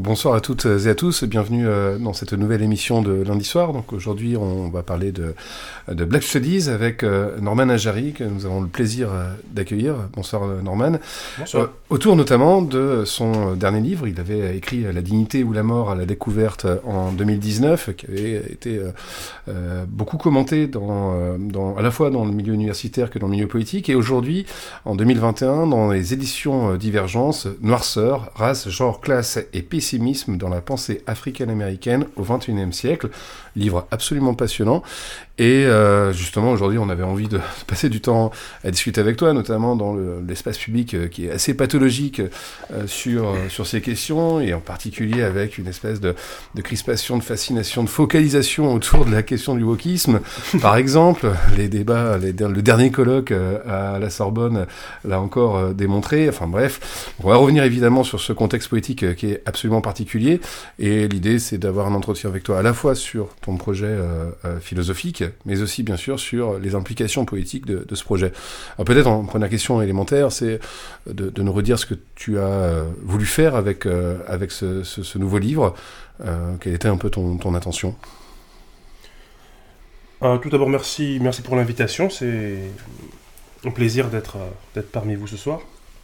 Bonsoir à toutes et à tous, bienvenue dans cette nouvelle émission de lundi soir. Donc aujourd'hui on va parler de Black Studies avec Norman Ajari, que nous avons le plaisir d'accueillir. Bonsoir Norman. Bonsoir. Autour notamment de son dernier livre, il avait écrit La dignité ou la mort à la découverte en 2019, qui avait été beaucoup commenté à la fois dans le milieu universitaire que dans le milieu politique, et aujourd'hui, en 2021, dans les éditions Divergence, Noirceur, race, genre, classe et pessimisme dans la pensée africaine-américaine au XXIe siècle. Livre absolument passionnant. Et justement, aujourd'hui, on avait envie de passer du temps à discuter avec toi, notamment dans l'espace public qui est assez pathologique sur ces questions, et en particulier avec une espèce de crispation, de fascination, de focalisation autour de la question du wokisme. Par exemple, les débats, le dernier colloque à la Sorbonne l'a encore démontré. Enfin bref, on va revenir évidemment sur ce contexte politique qui est absolument particulier, et l'idée c'est d'avoir un entretien avec toi à la fois sur ton projet philosophique, mais aussi bien sûr sur les implications politiques de ce projet. Alors peut-être en première question élémentaire, c'est de nous redire ce que tu as voulu faire avec ce nouveau livre. Quelle était un peu ton intention ? Tout d'abord, merci pour l'invitation. C'est un plaisir d'être parmi vous ce soir.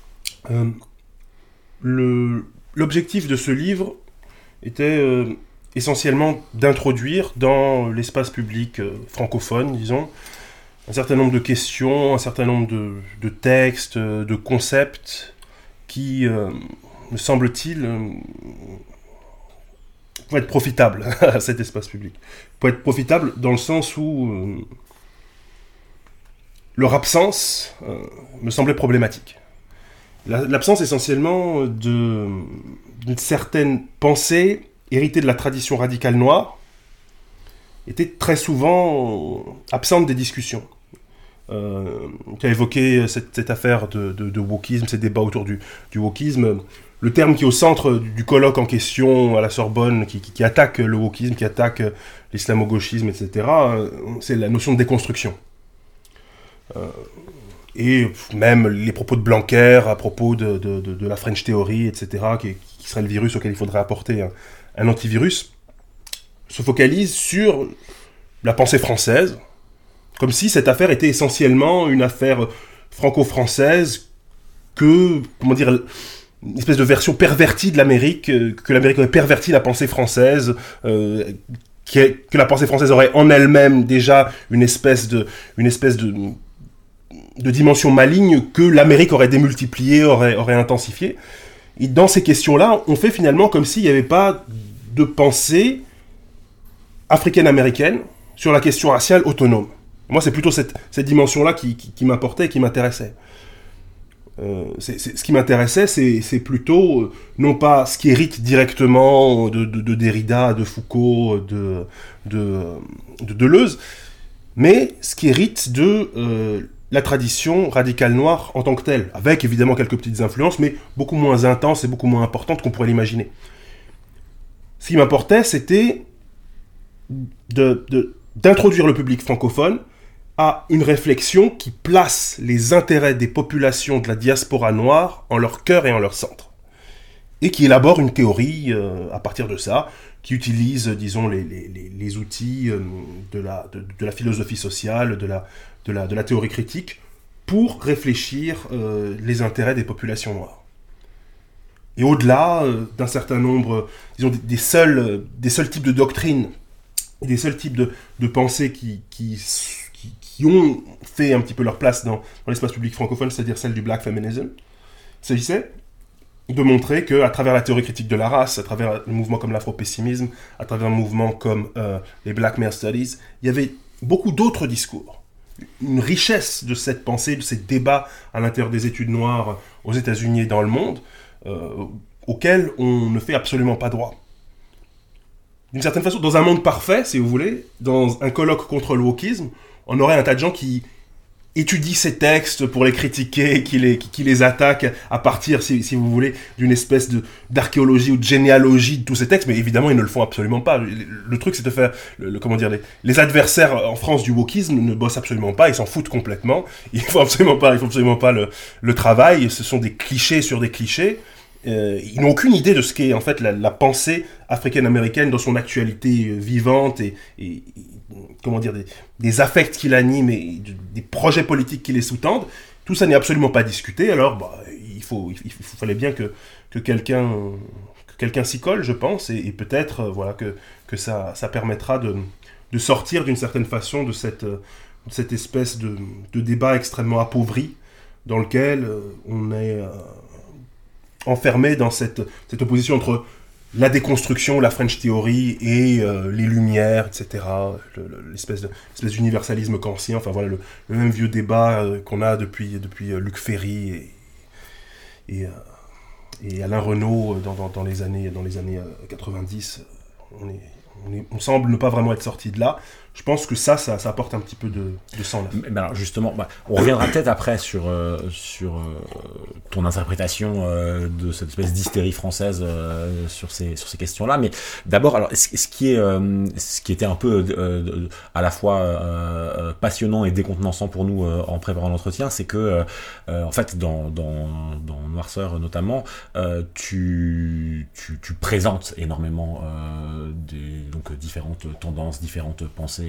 L'objectif de ce livre était essentiellement d'introduire dans l'espace public francophone, disons, un certain nombre de questions, un certain nombre de textes, de concepts qui, me semble-t-il, pour être profitables à cet espace public. Pour être profitables dans le sens où leur absence me semblait problématique. L'absence essentiellement d'une certaine pensée héritée de la tradition radicale noire était très souvent absente des discussions. Tu as évoqué cette affaire de wokisme, ces débats autour du wokisme. Le terme qui est au centre du colloque en question à la Sorbonne, qui attaque le wokisme, qui attaque l'islamo-gauchisme, etc., c'est la notion de déconstruction. Et même les propos de Blanquer à propos de la French Theory, etc., qui serait le virus auquel il faudrait apporter un antivirus, se focalisent sur la pensée française, comme si cette affaire était essentiellement une affaire franco-française une espèce de version pervertie de l'Amérique, que l'Amérique aurait perverti la pensée française, que la pensée française aurait en elle-même déjà une espèce de dimension maligne que l'Amérique aurait démultipliée, aurait intensifiée. Et dans ces questions-là, on fait finalement comme s'il n'y avait pas de pensée africaine-américaine sur la question raciale autonome. Moi, c'est plutôt cette dimension-là qui m'importait et qui m'intéressait. Ce qui m'intéressait, c'est plutôt, non pas ce qui hérite directement de Derrida, de Foucault, de Deleuze, mais ce qui hérite de la tradition radicale noire en tant que telle, avec évidemment quelques petites influences, mais beaucoup moins intenses et beaucoup moins importantes qu'on pourrait l'imaginer. Ce qui m'importait, c'était d'introduire le public francophone à une réflexion qui place les intérêts des populations de la diaspora noire en leur cœur et en leur centre. Et qui élabore une théorie à partir de ça, qui utilise, disons, les outils de la philosophie sociale, de la théorie critique, pour réfléchir les intérêts des populations noires. Et au-delà d'un certain nombre, disons, des seuls types de doctrines, et des seuls types de pensées qui ont fait un petit peu leur place dans l'espace public francophone, c'est-à-dire celle du black feminism, il s'agissait de montrer qu'à travers la théorie critique de la race, à travers le mouvement comme l'afro-pessimisme, à travers un mouvement comme les Black Male Studies, il y avait beaucoup d'autres discours. Une richesse de cette pensée, de ces débats à l'intérieur des études noires aux États-Unis et dans le monde, auxquels on ne fait absolument pas droit. D'une certaine façon, dans un monde parfait, si vous voulez, dans un colloque contre le wokisme, on aurait un tas de gens qui étudient ces textes pour les critiquer, qui les attaquent à partir, si vous voulez, d'une espèce d'archéologie ou de généalogie de tous ces textes, mais évidemment, ils ne le font absolument pas. Le truc, c'est de faire, les adversaires en France du wokisme ne bossent absolument pas, ils s'en foutent complètement, ils font absolument pas le travail, ce sont des clichés sur des clichés, ils n'ont aucune idée de ce qu'est en fait la pensée africaine-américaine dans son actualité vivante et comment dire, des affects qui l'animent et des projets politiques qui les sous-tendent. Tout ça n'est absolument pas discuté, alors il fallait bien que quelqu'un s'y colle, je pense, et peut-être voilà, que ça permettra de sortir d'une certaine façon de cette espèce de débat extrêmement appauvri dans lequel on est enfermé dans cette opposition entre la déconstruction, la French Theory et les Lumières, etc. L'espèce d'universalisme kantien, enfin voilà, le même vieux débat qu'on a depuis Luc Ferry et Alain Renaud dans les années 90. On semble ne pas vraiment être sorti de là. Je pense que ça apporte un petit peu de sang neuf. Mais alors justement, on reviendra peut-être après sur ton interprétation de cette espèce d'hystérie française sur ces questions-là. Mais d'abord, alors ce qui était un peu à la fois passionnant et décontenançant pour nous en préparant l'entretien, c'est que en fait dans Noirceur notamment, tu présentes énormément donc différentes tendances, différentes pensées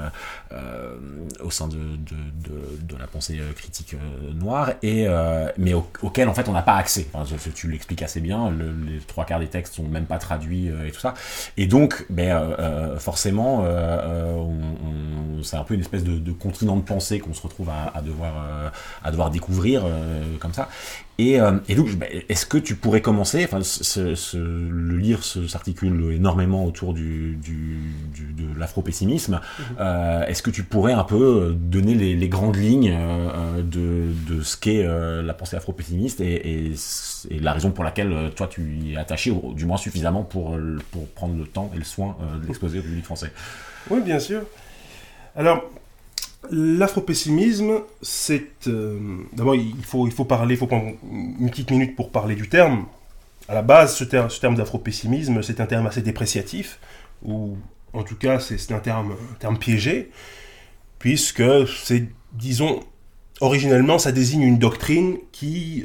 au sein de la pensée critique noire, mais auquel en fait on n'a pas accès. Enfin, tu l'expliques assez bien, les 3/4 des textes sont même pas traduits et tout ça. Et donc, forcément, c'est un peu une espèce de continent de pensée qu'on se retrouve à devoir découvrir comme ça. Et donc, est-ce que tu pourrais commencer, enfin, le livre s'articule énormément autour de l'afro-pessimisme. Est-ce que tu pourrais un peu donner les grandes lignes de ce qu'est la pensée afro-pessimiste et la raison pour laquelle toi tu y es attaché, ou du moins suffisamment pour prendre le temps et le soin de l'exposer au public français? Oui, bien sûr. Alors, l'afro-pessimisme, c'est... d'abord, il faut prendre une petite minute pour parler du terme. À la base, ce terme d'afro-pessimisme, c'est un terme assez dépréciatif, ou en tout cas, c'est un terme piégé, puisque c'est, disons, originellement, ça désigne une doctrine qui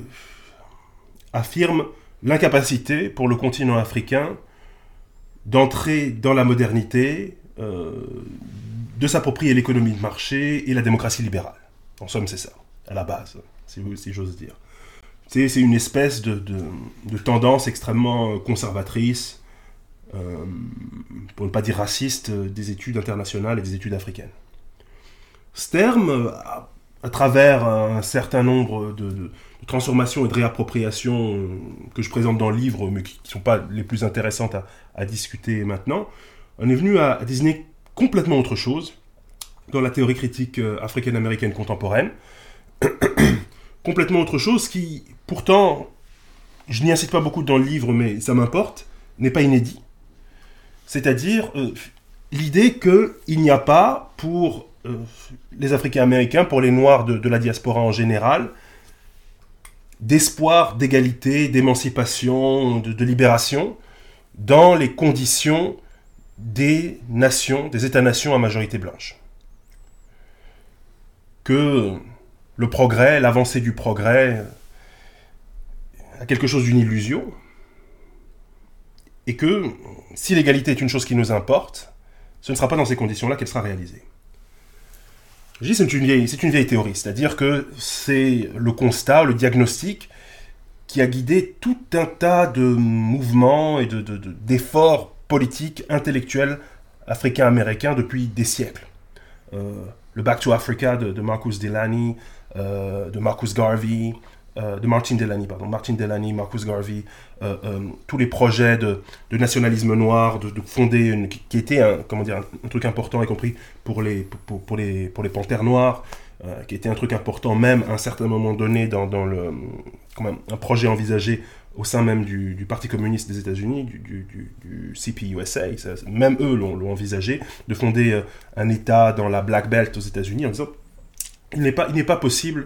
affirme l'incapacité pour le continent africain d'entrer dans la modernité, de s'approprier l'économie de marché et la démocratie libérale. En somme, c'est ça, à la base, si j'ose dire. C'est une espèce de tendance extrêmement conservatrice, pour ne pas dire raciste, des études internationales et des études africaines. Ce terme, à travers un certain nombre de transformations et de réappropriations que je présente dans le livre, mais qui ne sont pas les plus intéressantes à discuter maintenant, on est venu à désigner complètement autre chose dans la théorie critique africaine-américaine contemporaine. Complètement autre chose qui, pourtant, je n'y incite pas beaucoup dans le livre, mais ça m'importe, n'est pas inédit. C'est-à-dire l'idée qu'il n'y a pas pour les Africains-Américains, pour les Noirs de la diaspora en général, d'espoir, d'égalité, d'émancipation, de libération, dans les conditions des nations, des États-nations à majorité blanche. Que le progrès, l'avancée du progrès a quelque chose d'une illusion, et que si l'égalité est une chose qui nous importe, ce ne sera pas dans ces conditions-là qu'elle sera réalisée. Je dis c'est une vieille théorie, c'est-à-dire que c'est le constat, le diagnostic qui a guidé tout un tas de mouvements et d'efforts politiques, intellectuels africains-américains depuis des siècles. Le Back to Africa de Marcus Delany, de Marcus Garvey, de Martin Delany, Marcus Garvey, tous les projets de nationalisme noir, de fonder qui était un truc important, y compris pour les panthères noires, qui était un truc important même à un certain moment donné dans un projet envisagé au sein même du Parti communiste des États-Unis, du CPUSA, même eux l'ont envisagé, de fonder un État dans la Black Belt aux États-Unis, en disant il n'est pas possible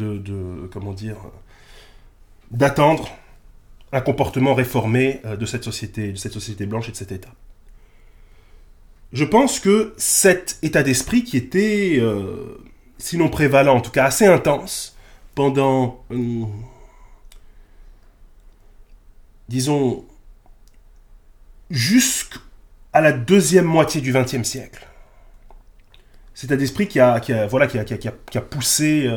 d'attendre un comportement réformé de cette société blanche et de cet État. Je pense que cet état d'esprit qui était, sinon prévalent, en tout cas assez intense, pendant disons, jusqu'à la deuxième moitié du XXe siècle. C'est un état d'esprit qui a poussé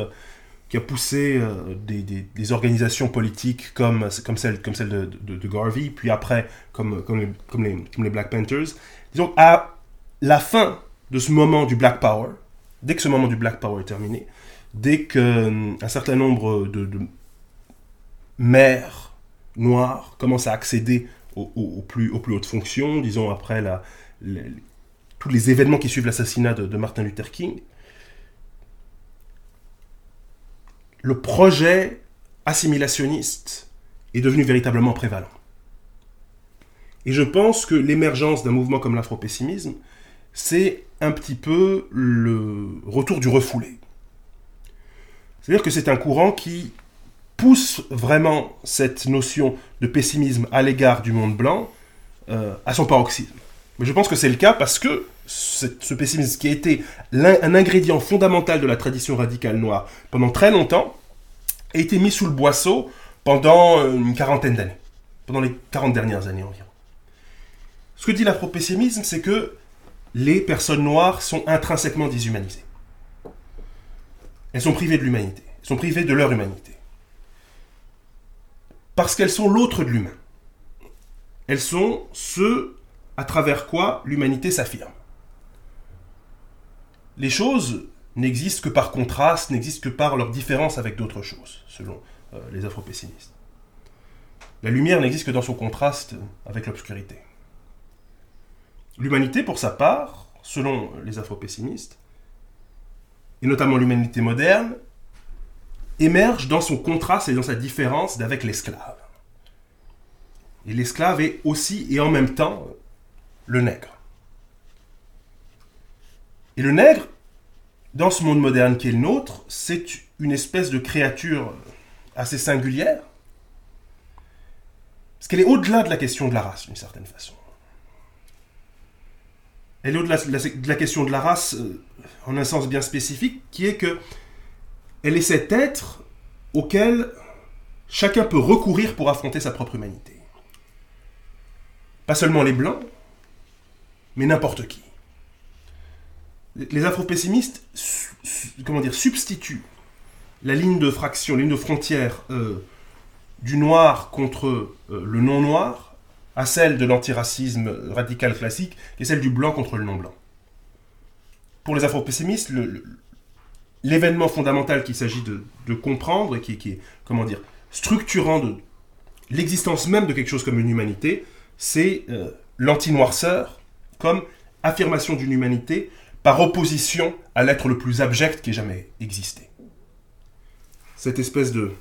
des organisations politiques comme celle de Garvey, puis après comme les Black Panthers. Disons, à la fin de ce moment du Black Power, dès que ce moment du Black Power est terminé, dès qu'un certain nombre de maires noirs commencent à accéder aux plus hautes fonctions, disons après tous les événements qui suivent l'assassinat de Martin Luther King, le projet assimilationniste est devenu véritablement prévalent. Et je pense que l'émergence d'un mouvement comme l'afropessimisme, c'est un petit peu le retour du refoulé. C'est-à-dire que c'est un courant qui pousse vraiment cette notion de pessimisme à l'égard du monde blanc à son paroxysme. Mais je pense que c'est le cas parce que ce pessimisme qui a été un ingrédient fondamental de la tradition radicale noire pendant très longtemps a été mis sous le boisseau pendant une quarantaine d'années, pendant les 40 dernières années environ. Ce que dit l'afropessimisme, c'est que les personnes noires sont intrinsèquement déshumanisées. Elles sont privées de l'humanité, elles sont privées de leur humanité. Parce qu'elles sont l'autre de l'humain. Elles sont ce à travers quoi l'humanité s'affirme. Les choses n'existent que par contraste, n'existent que par leur différence avec d'autres choses, selon les afropessimistes. La lumière n'existe que dans son contraste avec l'obscurité. L'humanité, pour sa part, selon les afropessimistes, et notamment l'humanité moderne, émerge dans son contraste et dans sa différence d'avec l'esclave. Et l'esclave est aussi et en même temps le nègre. Et le nègre, dans ce monde moderne qui est le nôtre, c'est une espèce de créature assez singulière, parce qu'elle est au-delà de la question de la race, d'une certaine façon. Elle est au-delà de la question de la race, en un sens bien spécifique, qui est que elle est cet être auquel chacun peut recourir pour affronter sa propre humanité. Pas seulement les blancs, mais n'importe qui. Les afropessimistes substituent la ligne de fraction, la ligne de frontière du noir contre le non-noir à celle de l'antiracisme radical classique, qui est celle du blanc contre le non-blanc. Pour les afropessimistes, l'événement fondamental qu'il s'agit de comprendre, et qui est structurant de l'existence même de quelque chose comme une humanité, c'est l'anti-noirceur comme affirmation d'une humanité par opposition à l'être le plus abject qui ait jamais existé. Cette espèce de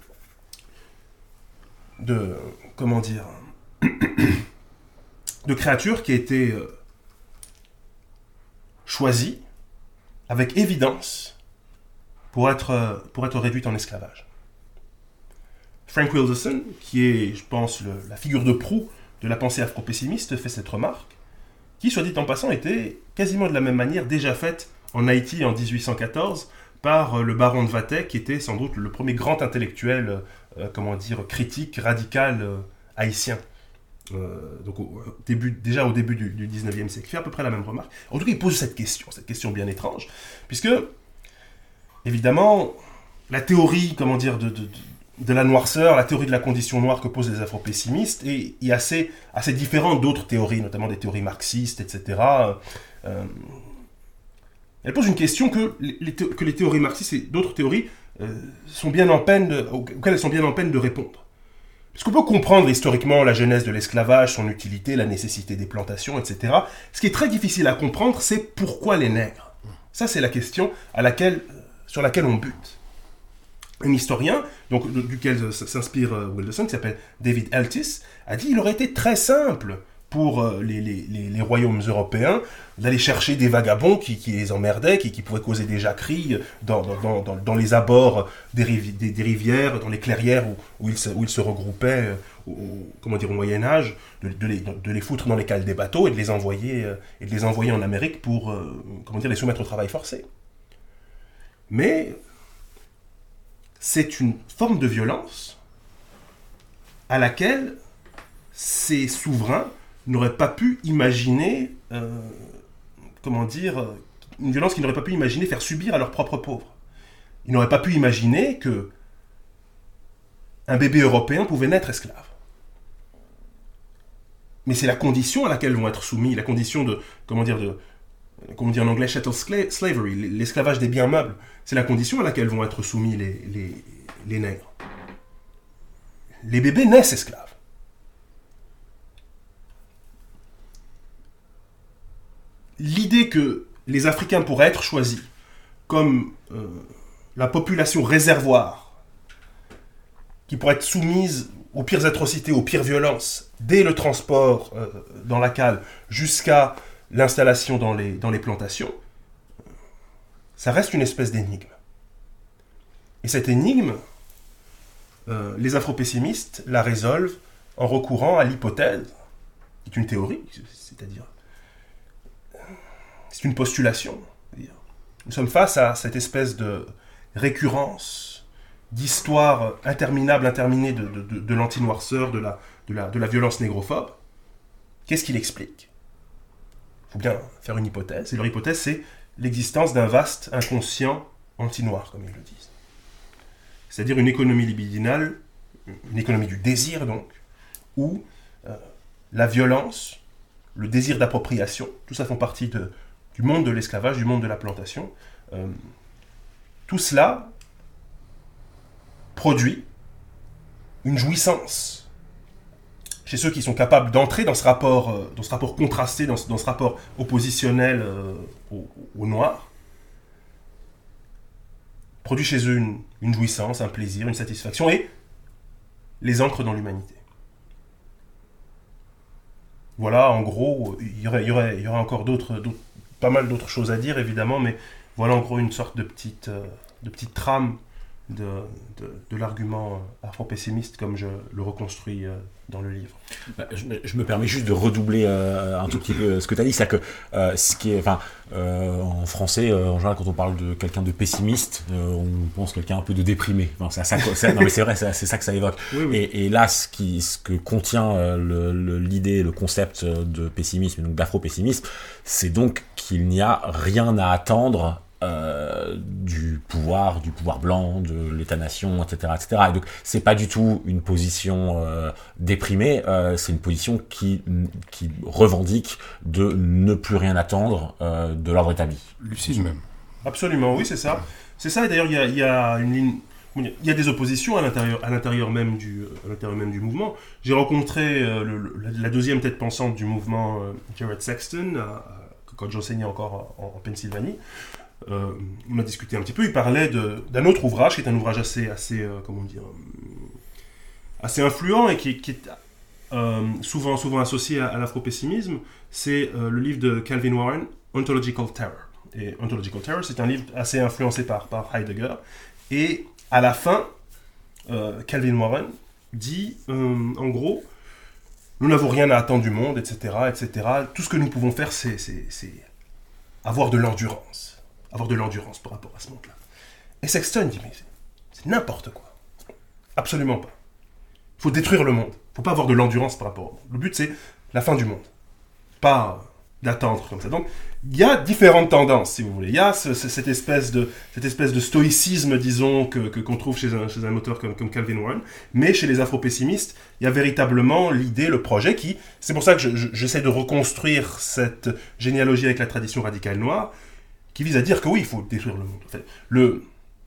créature qui a été choisie avec évidence pour être réduite en esclavage. Frank Wilderson, qui est, je pense, la figure de proue de la pensée afro-pessimiste, fait cette remarque, qui, soit dit en passant, était quasiment de la même manière déjà faite en Haïti en 1814 par le baron de Vathek, qui était sans doute le premier grand intellectuel, critique, radical haïtien. Donc déjà au début du 19e siècle, il fait à peu près la même remarque. En tout cas, il pose cette question bien étrange, puisque, évidemment, la théorie, de la noirceur, la théorie de la condition noire que posent les afro-pessimistes est assez différente d'autres théories, notamment des théories marxistes, etc. Elle pose une question que les théories marxistes et d'autres théories auxquelles elles sont bien en peine de répondre. Parce qu'on peut comprendre historiquement la genèse de l'esclavage, son utilité, la nécessité des plantations, etc. Ce qui est très difficile à comprendre, c'est pourquoi les nègres. Ça, c'est la question sur laquelle on bute. Un historien, duquel s'inspire Wilderson, qui s'appelle David Eltis, a dit qu'il aurait été très simple pour les royaumes européens d'aller chercher des vagabonds qui les emmerdaient, qui pouvaient causer des jacqueries dans les abords des rivières, dans les clairières où ils se regroupaient au Moyen-Âge, de les foutre dans les cales des bateaux et de les envoyer en Amérique pour les soumettre au travail forcé. Mais c'est une forme de violence à laquelle ces souverains n'auraient pas pu imaginer, une violence qu'ils n'auraient pas pu imaginer faire subir à leurs propres pauvres. Ils n'auraient pas pu imaginer que un bébé européen pouvait naître esclave. Mais c'est la condition à laquelle vont être soumis, la condition de, comment on dit en anglais, chattel slavery, l'esclavage des biens meubles. C'est la condition à laquelle vont être soumis les nègres. Les bébés naissent esclaves. L'idée que les Africains pourraient être choisis comme la population réservoir qui pourrait être soumise aux pires atrocités, aux pires violences, dès le transport dans la cale jusqu'à l'installation dans les plantations, ça reste une espèce d'énigme. Et cette énigme, les afro-pessimistes la résolvent en recourant à l'hypothèse, qui est une théorie, c'est-à-dire, c'est une postulation. Nous sommes face à cette espèce de récurrence, d'histoire interminable, interminée de l'anti-noirceur, de la violence négrophobe. Qu'est-ce qu'il explique ? Il faut bien faire une hypothèse, et leur hypothèse, c'est l'existence d'un vaste inconscient anti-noir, comme ils le disent. C'est-à-dire une économie libidinale, une économie du désir, donc, où la violence, le désir d'appropriation, tout ça font partie du monde de l'esclavage, du monde de la plantation. Tout cela produit une jouissance chez ceux qui sont capables d'entrer dans ce rapport contrasté, dans ce rapport oppositionnel au noir, produit chez eux une jouissance, un plaisir, une satisfaction, et les ancre dans l'humanité. Voilà, en gros, il y aurait encore pas mal d'autres choses à dire, évidemment, mais voilà en gros une sorte de petite trame de l'argument afro-pessimiste comme je le reconstruis dans le livre. Je me permets juste de redoubler un tout petit peu ce que tu as dit, c'est que ce qui est, en français, en général, quand on parle de quelqu'un de pessimiste, on pense quelqu'un un peu de déprimé. Non, mais c'est vrai, c'est ça que ça évoque. Oui. Et là, ce que contient l'idée, le concept de pessimisme, donc d'afro-pessimisme, c'est donc qu'il n'y a rien à attendre du pouvoir blanc, de l'État-nation, etc., etc. Et donc, c'est pas du tout une position déprimée, c'est une position qui revendique de ne plus rien attendre de l'ordre établi. Lucide même. Absolument, oui, c'est ça. C'est ça, et d'ailleurs, il y a une ligne... Il y a des oppositions à l'intérieur même du mouvement. J'ai rencontré la deuxième tête pensante du mouvement, Jared Sexton, quand j'enseignais encore en Pennsylvanie. On a discuté un petit peu, il parlait d'un autre ouvrage qui est un ouvrage assez influent et qui est souvent associé à l'afro-pessimisme. C'est le livre de Calvin Warren, Ontological Terror. Et Ontological Terror, c'est un livre assez influencé par Heidegger. Et à la fin, Calvin Warren dit, en gros, nous n'avons rien à attendre du monde, etc., etc. Tout ce que nous pouvons faire, c'est avoir de l'endurance. Avoir de l'endurance par rapport à ce monde-là. Et Sexton dit, mais c'est n'importe quoi. Absolument pas. Il faut détruire le monde. Il ne faut pas avoir de l'endurance par rapport au monde. Le but, c'est la fin du monde. Pas d'attendre comme ça. Donc, il y a différentes tendances, si vous voulez. Il y a cette espèce de stoïcisme, disons, qu'on trouve chez un auteur comme Calvin Warren. Mais chez les afro-pessimistes, il y a véritablement l'idée, le projet qui... C'est pour ça que j'essaie de reconstruire cette généalogie avec la tradition radicale noire, qui vise à dire que oui, il faut détruire le monde. En fait,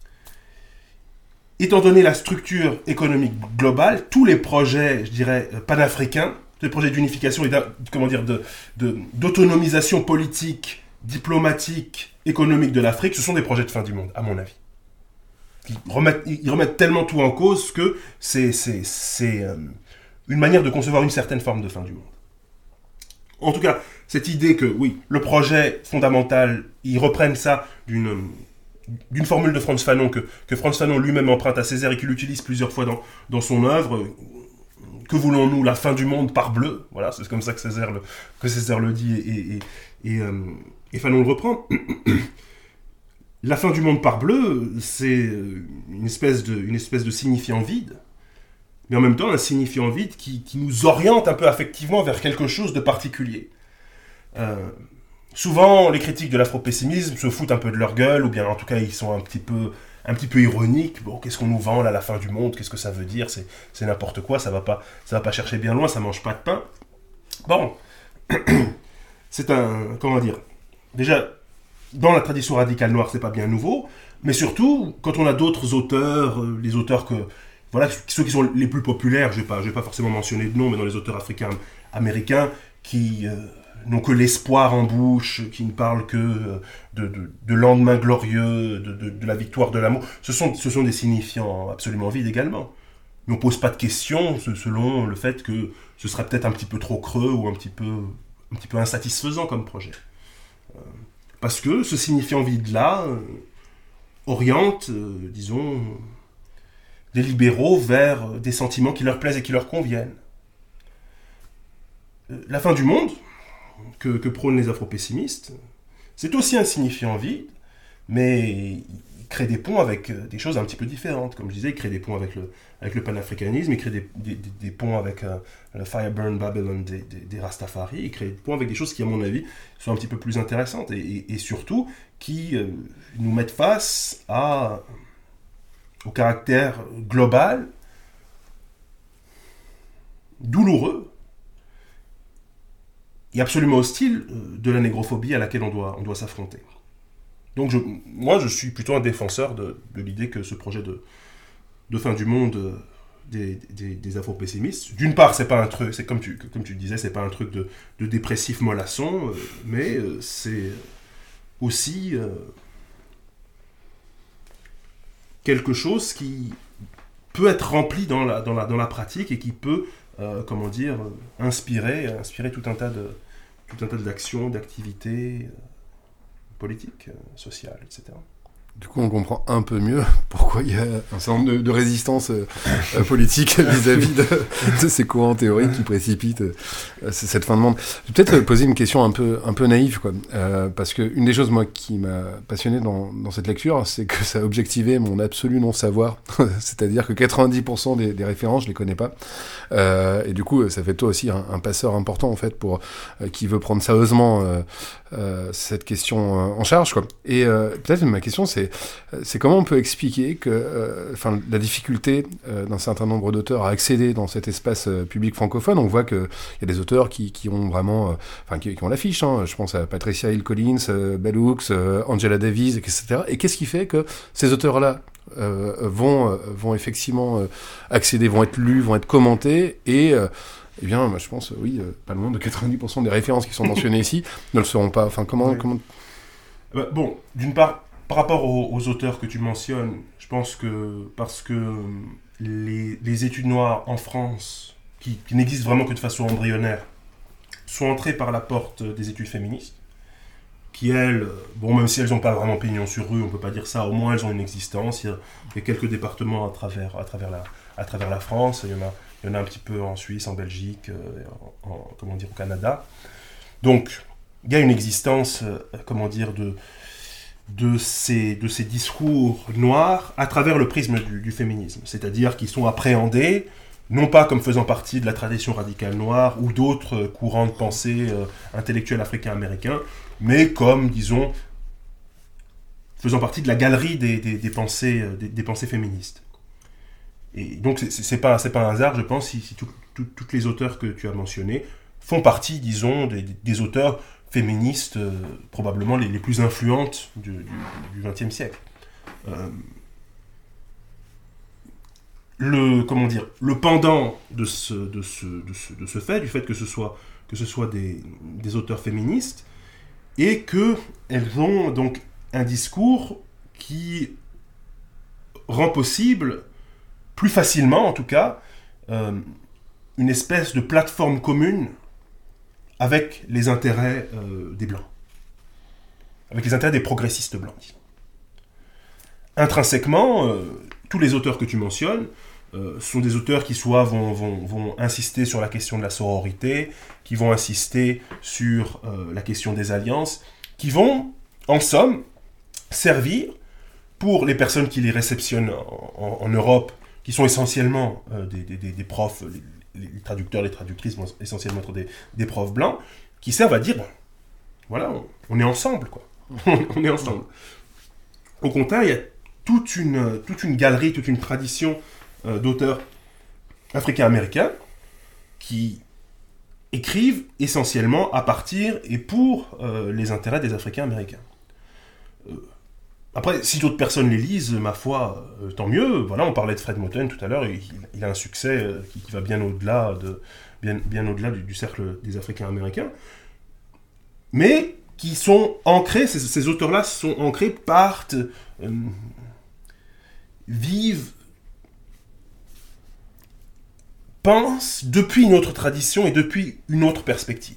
étant donné la structure économique globale, tous les projets, je dirais, panafricains, tous les projets d'unification et d'autonomisation politique, diplomatique, économique de l'Afrique, ce sont des projets de fin du monde, à mon avis. Ils remettent tellement tout en cause que c'est une manière de concevoir une certaine forme de fin du monde. En tout cas, cette idée que, oui, le projet fondamental, ils reprennent ça d'une formule de Frantz Fanon que Frantz Fanon lui-même emprunte à Césaire et qu'il utilise plusieurs fois dans son œuvre. Que voulons-nous, la fin du monde par bleu ? Voilà, c'est comme ça que Césaire le dit et Fanon le reprend. La fin du monde par bleu, c'est une espèce de signifiant vide mais en même temps un signifiant vide qui nous oriente un peu affectivement vers quelque chose de particulier. Souvent, les critiques de l'afro-pessimisme se foutent un peu de leur gueule, ou bien en tout cas ils sont un petit peu ironiques. Bon, qu'est-ce qu'on nous vend là, la fin du monde, qu'est-ce que ça veut dire, c'est n'importe quoi, ça va pas chercher bien loin, ça mange pas de pain. Bon, c'est comment dire, déjà, dans la tradition radicale noire, c'est pas bien nouveau, mais surtout, quand on a d'autres auteurs, les auteurs voilà, ceux qui sont les plus populaires, je vais pas forcément mentionner de nom, mais dans les auteurs africains-américains, qui n'ont que l'espoir en bouche, qui ne parlent que de lendemain glorieux, de la victoire de l'amour, ce sont des signifiants absolument vides également. Mais on pose pas de questions selon le fait que ce serait peut-être un petit peu trop creux ou un petit peu insatisfaisant comme projet. Parce que ce signifiant vide-là oriente, disons, des libéraux vers des sentiments qui leur plaisent et qui leur conviennent. La fin du monde, que prônent les afro-pessimistes, c'est aussi un signifiant vide, mais il crée des ponts avec des choses un petit peu différentes. Comme je disais, il crée des ponts avec le panafricanisme, il crée des ponts avec le Fireburn Babylon des Rastafari, il crée des ponts avec des choses qui, à mon avis, sont un petit peu plus intéressantes et surtout qui nous mettent face au caractère global, douloureux et absolument hostile de la négrophobie à laquelle on doit s'affronter. Donc moi je suis plutôt un défenseur de l'idée que ce projet de fin du monde des afro-pessimistes, d'une part c'est pas un truc, c'est comme tu disais, c'est pas un truc de dépressif mollasson, mais c'est aussi quelque chose qui peut être rempli dans la pratique et qui peut inspirer tout un tas d'actions, d'activités politiques, sociales, etc. Du coup, on comprend un peu mieux pourquoi il y a un certain nombre de résistances politiques vis-à-vis de ces courants théoriques qui précipitent cette fin de monde. Je vais peut-être poser une question un peu naïve, quoi, parce que une des choses, moi, qui m'a passionné dans cette lecture, c'est que ça a objectivé mon absolu non-savoir. C'est-à-dire que 90% des références, je les connais pas. Et du coup, ça fait toi aussi un passeur important, en fait, pour qui veut prendre sérieusement cette question en charge, quoi. Et peut-être ma question, c'est comment on peut expliquer que la difficulté d'un certain nombre d'auteurs à accéder dans cet espace public francophone. On voit qu'il y a des auteurs qui ont vraiment qui ont l'affiche, hein. Je pense à Patricia Hill Collins, Bell Hooks, Angela Davis, etc. Et qu'est-ce qui fait que ces auteurs-là vont effectivement accéder, vont être lus, vont être commentés et eh bien, moi, je pense, pas loin de 90% des références qui sont mentionnées ici ne le seront pas. Enfin, comment... Bon, d'une part, par rapport aux auteurs que tu mentionnes, je pense que parce que les études noires en France, qui n'existent vraiment que de façon embryonnaire, sont entrées par la porte des études féministes, qui elles, même si elles n'ont pas vraiment pignon sur rue, on ne peut pas dire ça, au moins elles ont une existence. Il y a quelques départements à travers la France, il y en a un petit peu en Suisse, en Belgique, au Canada. Donc, il y a une existence, de ces discours noirs à travers le prisme du féminisme. C'est-à-dire qu'ils sont appréhendés, non pas comme faisant partie de la tradition radicale noire ou d'autres courants de pensée intellectuels africains-américains, mais comme, disons, faisant partie de la galerie des pensées féministes. Et donc, c'est pas un hasard, je pense, si toutes les auteurs que tu as mentionnés font partie, disons, des auteurs féministes probablement les plus influentes du XXe siècle. Le pendant de ce fait, du fait que ce soit des auteurs féministes, et qu'elles ont donc un discours qui rend possible, plus facilement en tout cas, une espèce de plateforme commune avec les intérêts des Blancs, avec les intérêts des progressistes blancs. Disons. Intrinsèquement, tous les auteurs que tu mentionnes sont des auteurs qui soit vont insister sur la question de la sororité, qui vont insister sur la question des alliances, qui vont, en somme, servir pour les personnes qui les réceptionnent en Europe qui sont essentiellement des profs, les traducteurs, les traductrices vont essentiellement être des profs blancs, qui servent à dire, bon, voilà, on est ensemble, quoi. On est ensemble. Au contraire, il y a toute une galerie, toute une tradition d'auteurs africains-américains qui écrivent essentiellement à partir et pour les intérêts des Africains-américains. Après, si d'autres personnes les lisent, ma foi, tant mieux. Voilà, on parlait de Fred Moten tout à l'heure, il a un succès qui va bien au-delà bien au-delà du cercle des Africains-américains, mais qui sont ancrés, ces auteurs-là sont ancrés, partent, vivent, pensent depuis une autre tradition et depuis une autre perspective.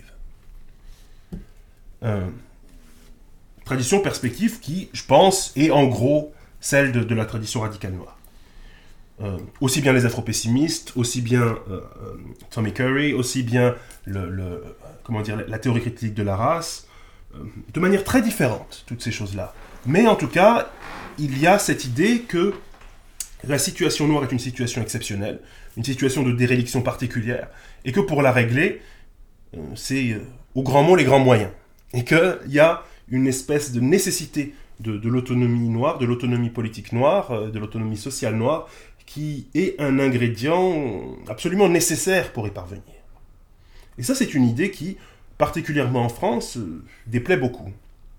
Tradition, perspective qui, je pense, est en gros celle de la tradition radicale noire. Aussi bien les afro-pessimistes, aussi bien Tommy Curry, aussi bien la théorie critique de la race, de manière très différente, toutes ces choses-là. Mais en tout cas, il y a cette idée que la situation noire est une situation exceptionnelle, une situation de déréliction particulière, et que pour la régler, c'est au grand mot les grands moyens. Et qu'il y a une espèce de nécessité de l'autonomie noire, de l'autonomie politique noire, de l'autonomie sociale noire, qui est un ingrédient absolument nécessaire pour y parvenir. Et ça, c'est une idée qui, particulièrement en France, déplaît beaucoup.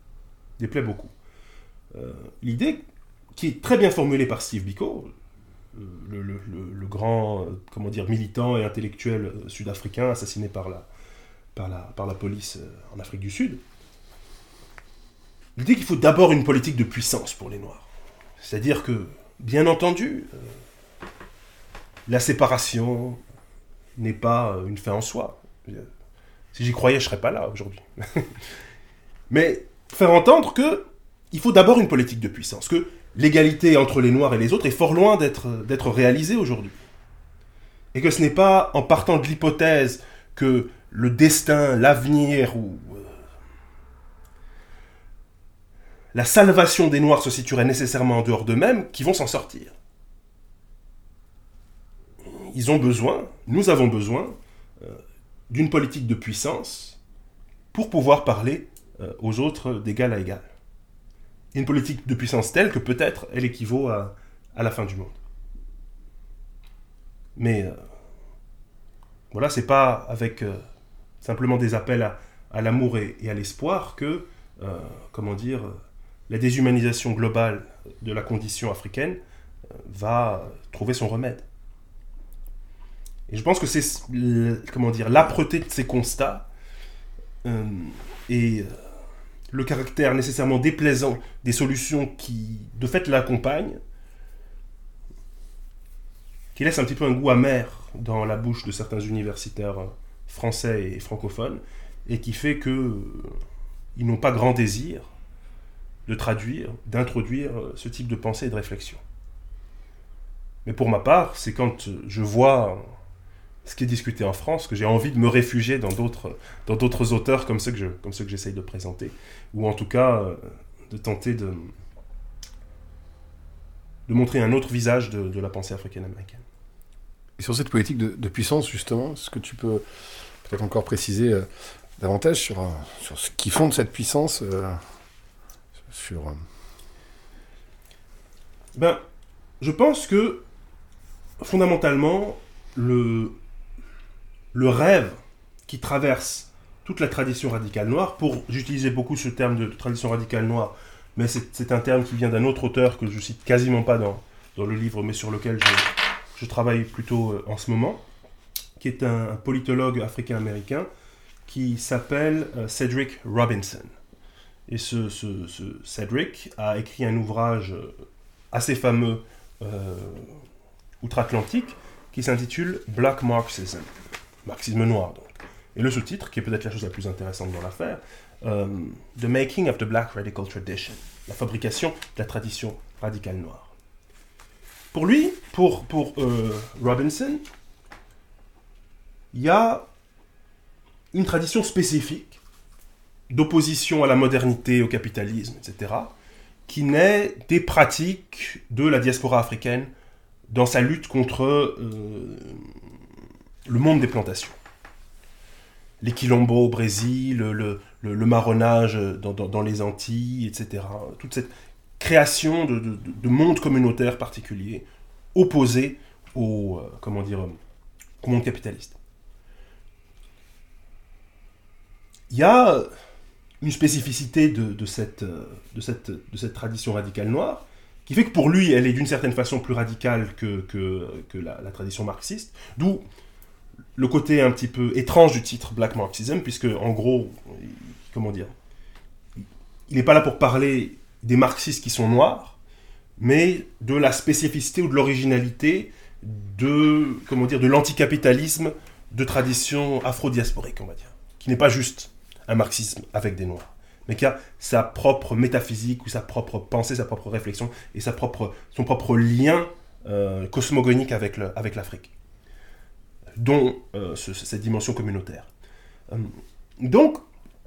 L'idée qui est très bien formulée par Steve Biko, le grand militant et intellectuel sud-africain assassiné par la police en Afrique du Sud. L'idée qu'il faut d'abord une politique de puissance pour les Noirs. C'est-à-dire que, bien entendu, la séparation n'est pas une fin en soi. Si j'y croyais, je ne serais pas là aujourd'hui. Mais faire entendre qu'il faut d'abord une politique de puissance, que l'égalité entre les Noirs et les autres est fort loin d'être réalisée aujourd'hui. Et que ce n'est pas en partant de l'hypothèse que le destin, l'avenir ou la salvation des Noirs se situerait nécessairement en dehors d'eux-mêmes qui vont s'en sortir. Nous avons besoin d'une politique de puissance pour pouvoir parler aux autres d'égal à égal. Une politique de puissance telle que peut-être elle équivaut à la fin du monde. Mais voilà, c'est pas avec simplement des appels à l'amour et à l'espoir que, la déshumanisation globale de la condition africaine va trouver son remède. Et je pense que c'est l'âpreté de ces constats et le caractère nécessairement déplaisant des solutions qui, de fait, l'accompagnent, qui laisse un petit peu un goût amer dans la bouche de certains universitaires français et francophones, et qui fait qu'ils n'ont pas grand désir de traduire, d'introduire ce type de pensée et de réflexion. Mais pour ma part, c'est quand je vois ce qui est discuté en France que j'ai envie de me réfugier dans d'autres auteurs comme ceux que j'essaye de présenter, ou en tout cas de tenter de montrer un autre visage de la pensée africaine-américaine. Et sur cette politique de puissance, justement, est-ce que tu peux peut-être encore préciser davantage sur ce qui fonde cette puissance je pense que, fondamentalement, le rêve qui traverse toute la tradition radicale noire, j'utilisais beaucoup ce terme de tradition radicale noire, mais c'est un terme qui vient d'un autre auteur que je cite quasiment pas dans le livre, mais sur lequel je travaille plutôt en ce moment, qui est un politologue africain-américain qui s'appelle Cedric Robinson. Et ce Cedric a écrit un ouvrage assez fameux outre-Atlantique qui s'intitule Black Marxism, marxisme noir donc. Et le sous-titre, qui est peut-être la chose la plus intéressante dans l'affaire, The Making of the Black Radical Tradition, la fabrication de la tradition radicale noire. Pour lui, pour Robinson, il y a une tradition spécifique d'opposition à la modernité, au capitalisme, etc., qui naît des pratiques de la diaspora africaine dans sa lutte contre le monde des plantations. Les quilombos au Brésil, le marronnage dans les Antilles, etc. Toute cette création de mondes communautaires particuliers, opposés au monde capitaliste. Il y a une spécificité de cette tradition radicale noire, qui fait que pour lui, elle est d'une certaine façon plus radicale que la tradition marxiste, d'où le côté un petit peu étrange du titre Black Marxism, puisque en gros, il n'est pas là pour parler des marxistes qui sont noirs, mais de la spécificité ou de l'originalité de l'anticapitalisme de tradition afro-diasporique, on va dire, qui n'est pas juste un marxisme avec des noirs, mais qui a sa propre métaphysique ou sa propre pensée, sa propre réflexion et son propre lien cosmogonique avec l'Afrique, dont cette dimension communautaire. Donc,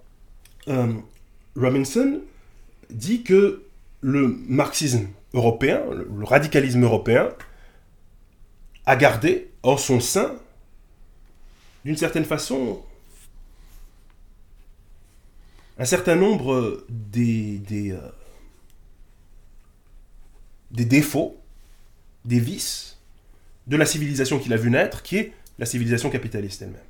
Robinson dit que le marxisme européen, le radicalisme européen, a gardé en son sein, d'une certaine façon, un certain nombre des défauts, des vices de la civilisation qu'il a vu naître, qui est la civilisation capitaliste elle-même.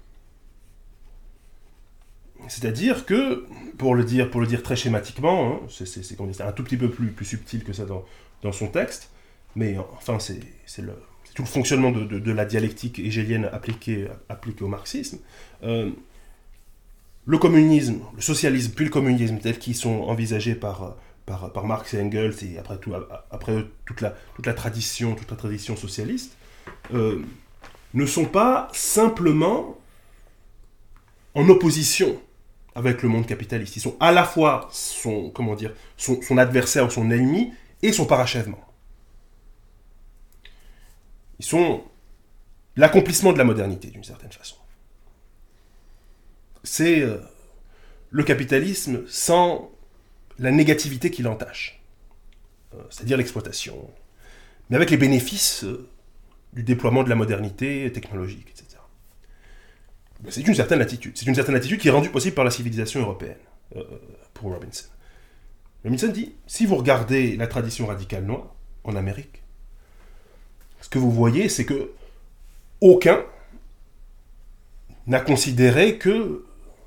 C'est-à-dire que, pour le dire très schématiquement, hein, c'est un tout petit peu plus subtil que ça dans son texte, mais enfin c'est tout le fonctionnement de la dialectique hégélienne appliquée au marxisme. Le communisme, le socialisme, puis le communisme, tels qu'ils sont envisagés par Marx et Engels, et après toute la tradition socialiste, ne sont pas simplement en opposition avec le monde capitaliste. Ils sont à la fois son adversaire ou son ennemi et son parachèvement. Ils sont l'accomplissement de la modernité, d'une certaine façon. C'est le capitalisme sans la négativité qui l'entache, c'est-à-dire l'exploitation, mais avec les bénéfices du déploiement de la modernité technologique, etc. C'est une certaine attitude. C'est une certaine attitude qui est rendue possible par la civilisation européenne, pour Robinson. Robinson dit, si vous regardez la tradition radicale noire en Amérique, ce que vous voyez, c'est que aucun n'a considéré que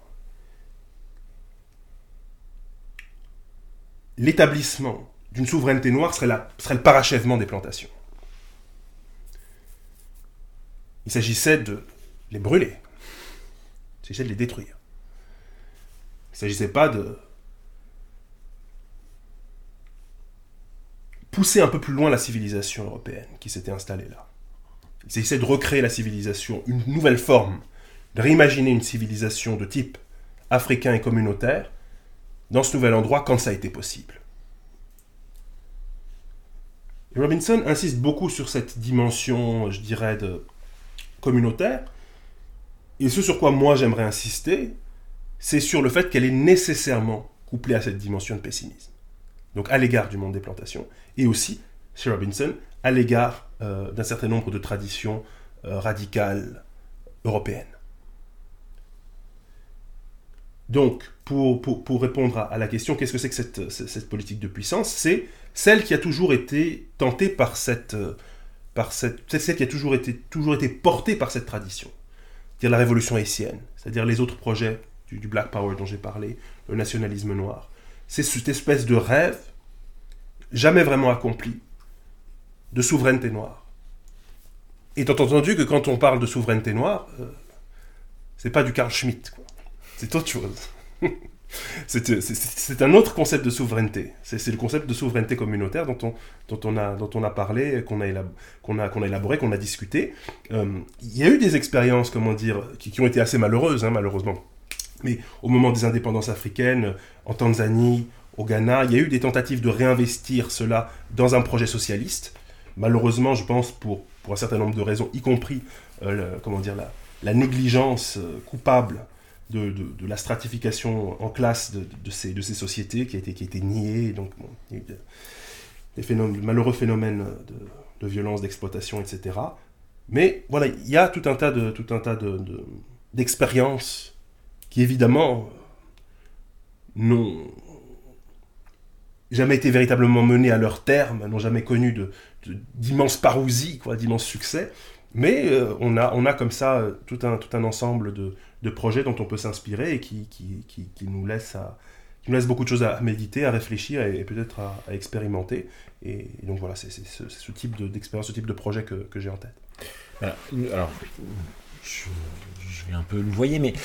l'établissement d'une souveraineté noire serait le parachèvement des plantations. Il s'agissait de les brûler. Il s'agissait de les détruire. Il ne s'agissait pas de pousser un peu plus loin la civilisation européenne qui s'était installée là. Il s'agissait de recréer la civilisation, une nouvelle forme, de réimaginer une civilisation de type africain et communautaire dans ce nouvel endroit quand ça a été possible. Et Robinson insiste beaucoup sur cette dimension, je dirais, communautaire. Et ce sur quoi moi j'aimerais insister, c'est sur le fait qu'elle est nécessairement couplée à cette dimension de pessimisme. Donc à l'égard du monde des plantations, et aussi, chez Robinson, à l'égard d'un certain nombre de traditions radicales européennes. Donc, pour répondre à la question, qu'est-ce que c'est que cette politique de puissance ? C'est celle qui a toujours été tentée celle qui a toujours été portée par cette tradition. C'est-à-dire la révolution haïtienne, c'est-à-dire les autres projets du Black Power dont j'ai parlé, le nationalisme noir. C'est cette espèce de rêve, jamais vraiment accompli, de souveraineté noire. Étant entendu que quand on parle de souveraineté noire, c'est pas du Carl Schmitt, quoi. C'est autre chose. C'est un autre concept de souveraineté. C'est le concept de souveraineté communautaire dont on a parlé, qu'on a élaboré, qu'on a discuté. Il y a eu des expériences, qui ont été assez malheureuses, malheureusement. Mais au moment des indépendances africaines, en Tanzanie, au Ghana, il y a eu des tentatives de réinvestir cela dans un projet socialiste. Malheureusement, je pense, pour un certain nombre de raisons, y compris la négligence coupable de la stratification en classe de ces sociétés qui a été niée. Donc, il y a eu le malheureux phénomène de violence, d'exploitation, etc. Mais voilà, il y a tout un tas d'expériences qui évidemment n'ont jamais été véritablement menées à leur terme, n'ont jamais connu d'immenses parousies, d'immenses succès. Mais on a comme ça tout un ensemble de projets dont on peut s'inspirer et qui nous laissent beaucoup de choses à méditer, à réfléchir et peut-être à expérimenter. Et donc voilà, c'est ce type d'expérience, ce type de projet que j'ai en tête. Alors, je vais un peu le voyer, mais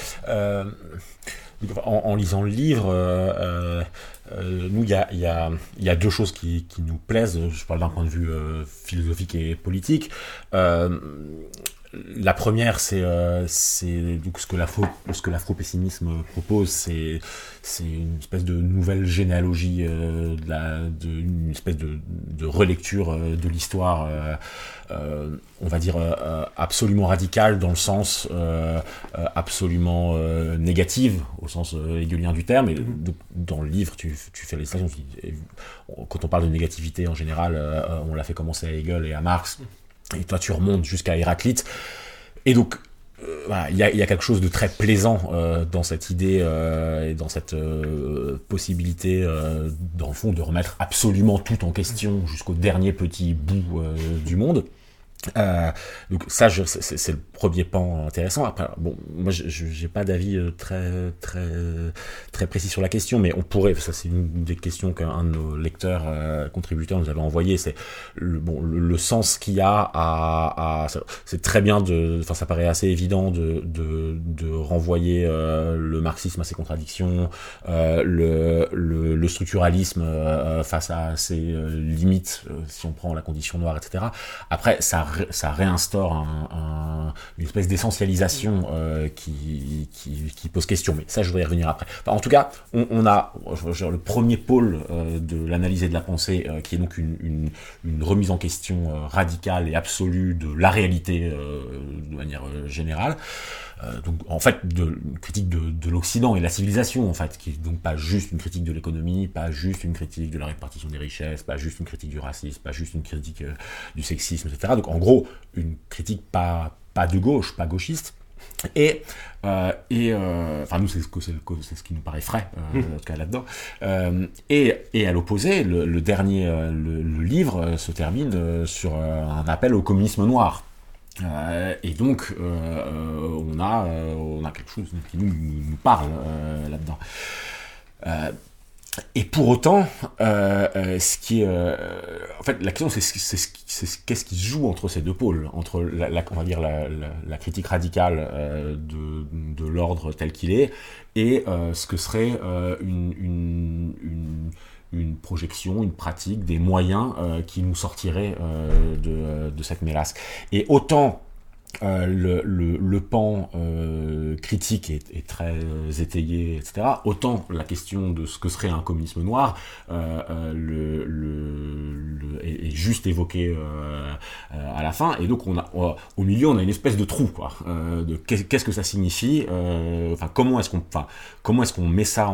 en lisant le livre, nous, il y a deux choses qui nous plaisent. Je parle d'un point de vue philosophique et politique. La première, c'est donc ce que l'afro-pessimisme propose, c'est une espèce de nouvelle généalogie, une espèce de relecture de l'histoire, on va dire absolument radicale dans le sens absolument négative au sens hegélien du terme. Et dans le livre, tu fais les stations. Quand on parle de négativité en général, on l'a fait commencer à Hegel et à Marx. Et toi, tu remontes jusqu'à Héraclite. Et donc, voilà, il y a quelque chose de très plaisant dans cette idée et dans cette possibilité, dans le fond, de remettre absolument tout en question jusqu'au dernier petit bout du monde. Donc ça, c'est le premier pan intéressant. Après, bon, moi, j'ai pas d'avis très précis sur la question, mais on pourrait. Ça, c'est une des questions qu'un de nos lecteurs, contributeurs, nous avait envoyé. C'est le sens qu'il y a c'est très bien enfin, ça paraît assez évident de renvoyer le marxisme à ses contradictions, le structuralisme face à ses limites, si on prend la condition noire, etc. Après, ça réinstaure une espèce d'essentialisation qui pose question, mais ça je voudrais y revenir après. Enfin, en tout cas, on a le premier pôle de l'analyse et de la pensée qui est donc une remise en question radicale et absolue de la réalité de manière générale. Donc en fait une critique de l'Occident et de la civilisation, en fait, qui est donc pas juste une critique de l'économie, pas juste une critique de la répartition des richesses, pas juste une critique du racisme, pas juste une critique du sexisme, etc. Donc en gros une critique pas de gauche, pas gauchiste. Et enfin nous c'est ce qui nous paraît frais en tout cas là-dedans. Et à l'opposé, le dernier le livre se termine sur un appel au communisme noir. Et donc on a quelque chose qui nous parle là-dedans. Et pour autant, ce qui est, en fait, la question c'est qu'est-ce qui se joue entre ces deux pôles, entre on va dire la critique radicale de l'ordre tel qu'il est, et ce que serait une projection, une pratique, des moyens qui nous sortiraient de cette mélasse. Et autant le pan critique est très étayé, etc. Autant la question de ce que serait un communisme noir est juste évoquée à la fin. Et donc au milieu on a une espèce de trou, quoi, de qu'est-ce que ça signifie, enfin comment est-ce qu'on met ça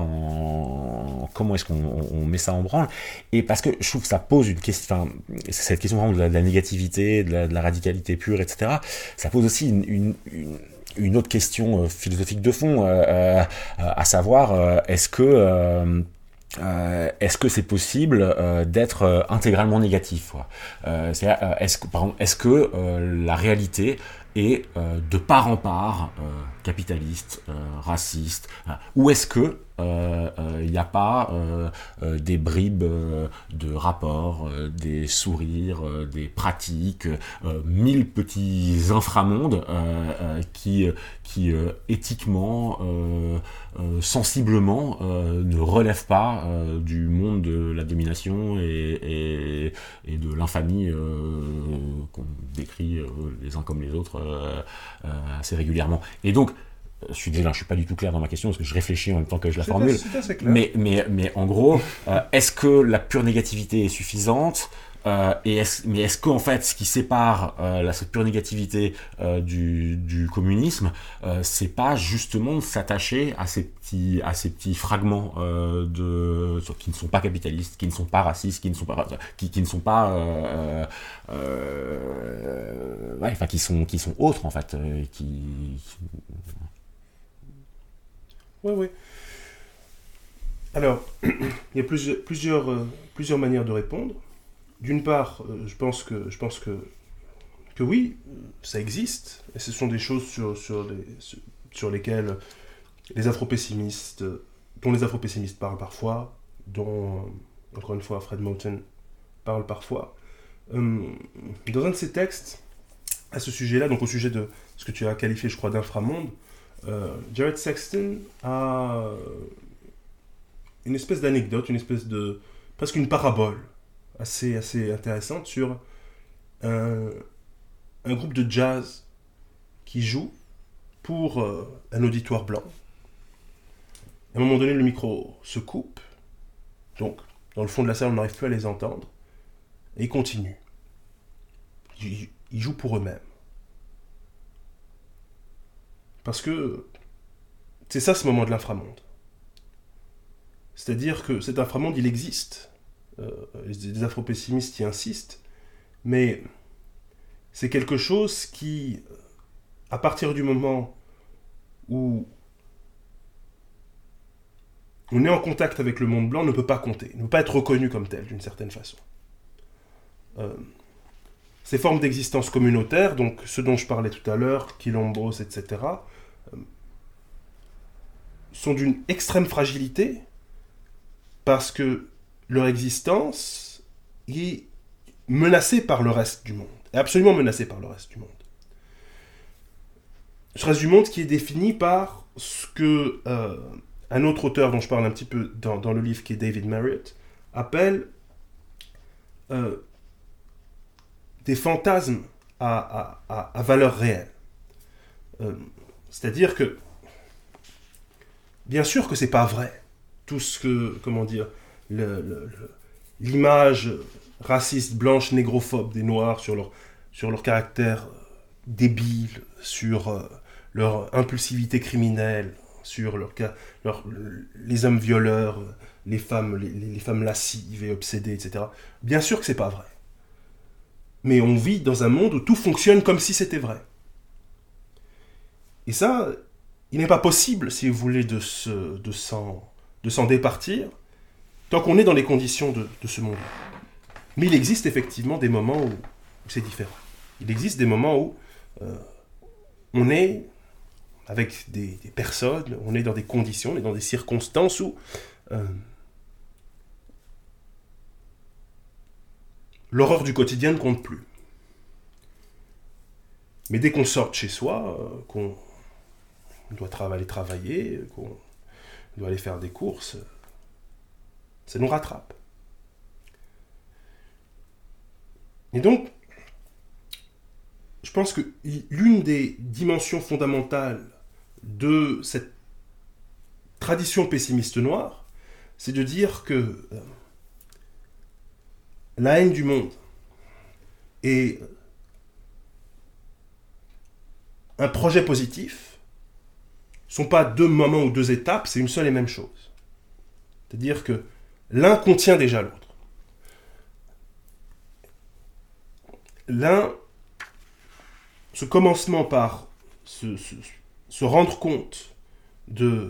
en branle. Et parce que je trouve que ça pose une question, enfin cette question vraiment de la négativité, de la radicalité pure, etc. Ça pose aussi une autre question philosophique de fond, à savoir est-ce que c'est possible d'être intégralement négatif, quoi. C'est-à-dire, est-ce que la réalité est de part en part capitaliste, raciste, ou est-ce que il n'y a pas des bribes de rapports, des sourires, des pratiques, 1000 petits inframondes qui éthiquement, sensiblement, ne relèvent pas du monde de la domination et de l'infamie qu'on décrit les uns comme les autres assez régulièrement. Et donc, je suis désolé, je suis pas du tout clair dans ma question parce que je réfléchis en même temps que je la formule. C'est clair. Mais en gros, est-ce que la pure négativité est suffisante ? Mais est-ce qu'en fait, ce qui sépare cette pure négativité du communisme, c'est pas justement de s'attacher à ces petits fragments qui ne sont pas capitalistes, qui ne sont pas racistes, qui ne sont pas qui sont autres en fait, Ouais. Alors, il y a plusieurs manières de répondre. D'une part, je pense que oui, ça existe, et ce sont des choses sur lesquelles les afro-pessimistes, dont les afro-pessimistes parlent parfois, dont, encore une fois, Fred Moten parle parfois. Dans un de ses textes, à ce sujet-là, donc au sujet de ce que tu as qualifié, je crois, d'inframonde, Jared Sexton a une espèce d'anecdote, presque une parabole assez intéressante sur un groupe de jazz qui joue pour un auditoire blanc. À un moment donné, le micro se coupe, donc dans le fond de la salle, on n'arrive plus à les entendre, et ils continuent. Ils jouent pour eux-mêmes. Parce que c'est ça, ce moment de l'inframonde. C'est-à-dire que cet inframonde, il existe. Les afro-pessimistes y insistent, mais c'est quelque chose qui, à partir du moment où on est en contact avec le monde blanc, ne peut pas compter, ne peut pas être reconnu comme tel, d'une certaine façon. Ces formes d'existence communautaire, donc ce dont je parlais tout à l'heure, quilombos, etc., sont d'une extrême fragilité parce que leur existence est menacée par le reste du monde, est absolument menacée par le reste du monde. Ce reste du monde qui est défini par ce que un autre auteur dont je parle un petit peu dans le livre, qui est David Marriott, appelle des fantasmes à valeur réelle. C'est-à-dire que, bien sûr que c'est pas vrai, tout ce que, l'image raciste, blanche, négrophobe des Noirs sur leur caractère débile, sur leur impulsivité criminelle, sur les hommes violeurs, les femmes lascives et obsédées, etc. Bien sûr que c'est pas vrai. Mais on vit dans un monde où tout fonctionne comme si c'était vrai. Et ça, il n'est pas possible, si vous voulez, de s'en départir, tant qu'on est dans les conditions de ce monde. Mais il existe effectivement des moments où c'est différent. Il existe des moments où on est avec des personnes, on est dans des conditions, on est dans des circonstances où l'horreur du quotidien ne compte plus. Mais dès qu'on sort de chez soi, qu'on doit aller travailler, qu'on doit aller faire des courses, ça nous rattrape. Et donc, je pense que l'une des dimensions fondamentales de cette tradition pessimiste noire, c'est de dire que la haine du monde et un projet positif ne sont pas deux moments ou deux étapes, c'est une seule et même chose. C'est-à-dire que l'un contient déjà l'autre. L'un, ce commencement par se rendre compte de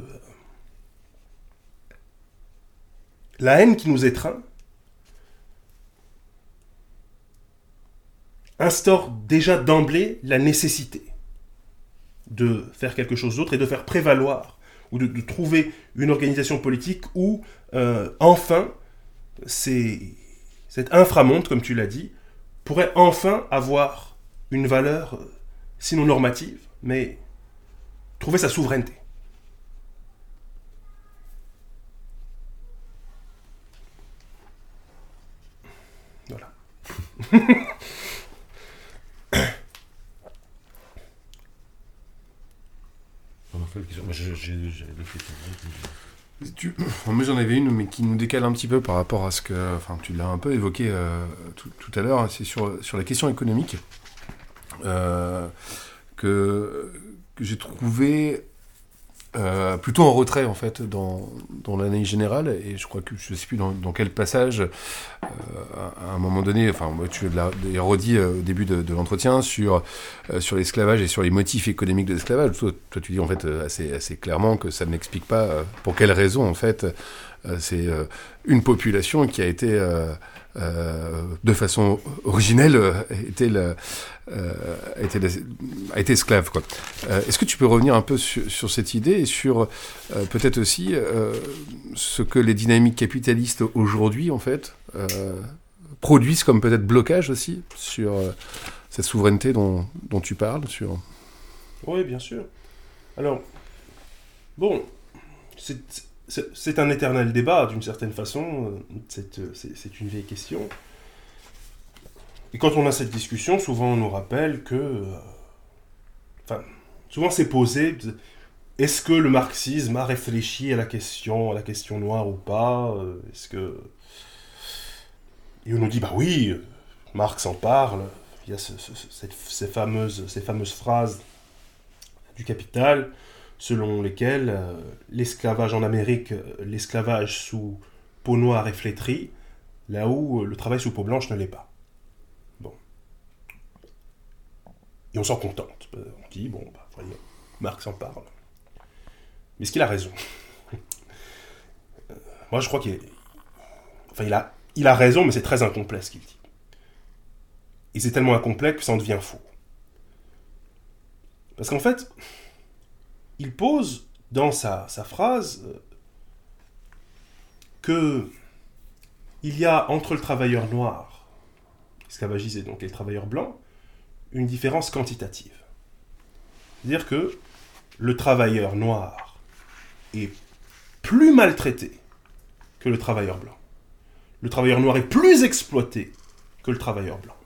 la haine qui nous étreint, instaure déjà d'emblée la nécessité de faire quelque chose d'autre et de faire prévaloir, ou de trouver une organisation politique où, enfin, cet inframonde, comme tu l'as dit, pourrait enfin avoir une valeur, sinon normative, mais trouver sa souveraineté. Voilà. J'ai des questions. Moi, j'en avais une, mais qui nous décale un petit peu par rapport à ce que... Enfin, tu l'as un peu évoqué tout à l'heure, hein, c'est sur la question économique que j'ai trouvé plutôt en retrait, en fait, dans l'analyse générale, et je crois que je ne sais plus dans quel passage, à un moment donné, enfin, moi, tu l'as d'ailleurs redit au début de l'entretien, sur l'esclavage et sur les motifs économiques de l'esclavage. Toi, tu dis, en fait, assez clairement que ça n'explique pas pour quelles raisons, en fait, c'est une population qui a été... de façon originelle, a été esclave, quoi. Est-ce que tu peux revenir un peu sur cette idée et sur peut-être aussi ce que les dynamiques capitalistes aujourd'hui, en fait, produisent comme peut-être blocage aussi sur cette souveraineté dont tu parles sur... Oui, bien sûr. Alors, bon, c'est un éternel débat, d'une certaine façon. C'est une vieille question. Et quand on a cette discussion, souvent on nous rappelle que... souvent c'est posé, est-ce que le marxisme a réfléchi à la question noire ou pas? Est-ce que... Et on nous dit, bah oui, Marx en parle, il y a ces fameuses phrases du Capital, selon lesquelles l'esclavage en Amérique, l'esclavage sous peau noire est flétri, là où le travail sous peau blanche ne l'est pas. Bon. Et on s'en contente. On dit, bon, bah, voyez, Marx en parle. Mais est-ce qu'il a raison? Moi, je crois il a raison, mais c'est très incomplet ce qu'il dit. Et c'est tellement incomplet que ça en devient faux. Parce qu'en fait, il pose dans sa phrase que il y a entre le travailleur noir, esclavagisé donc, et le travailleur blanc, une différence quantitative. C'est-à-dire que le travailleur noir est plus maltraité que le travailleur blanc. Le travailleur noir est plus exploité que le travailleur blanc.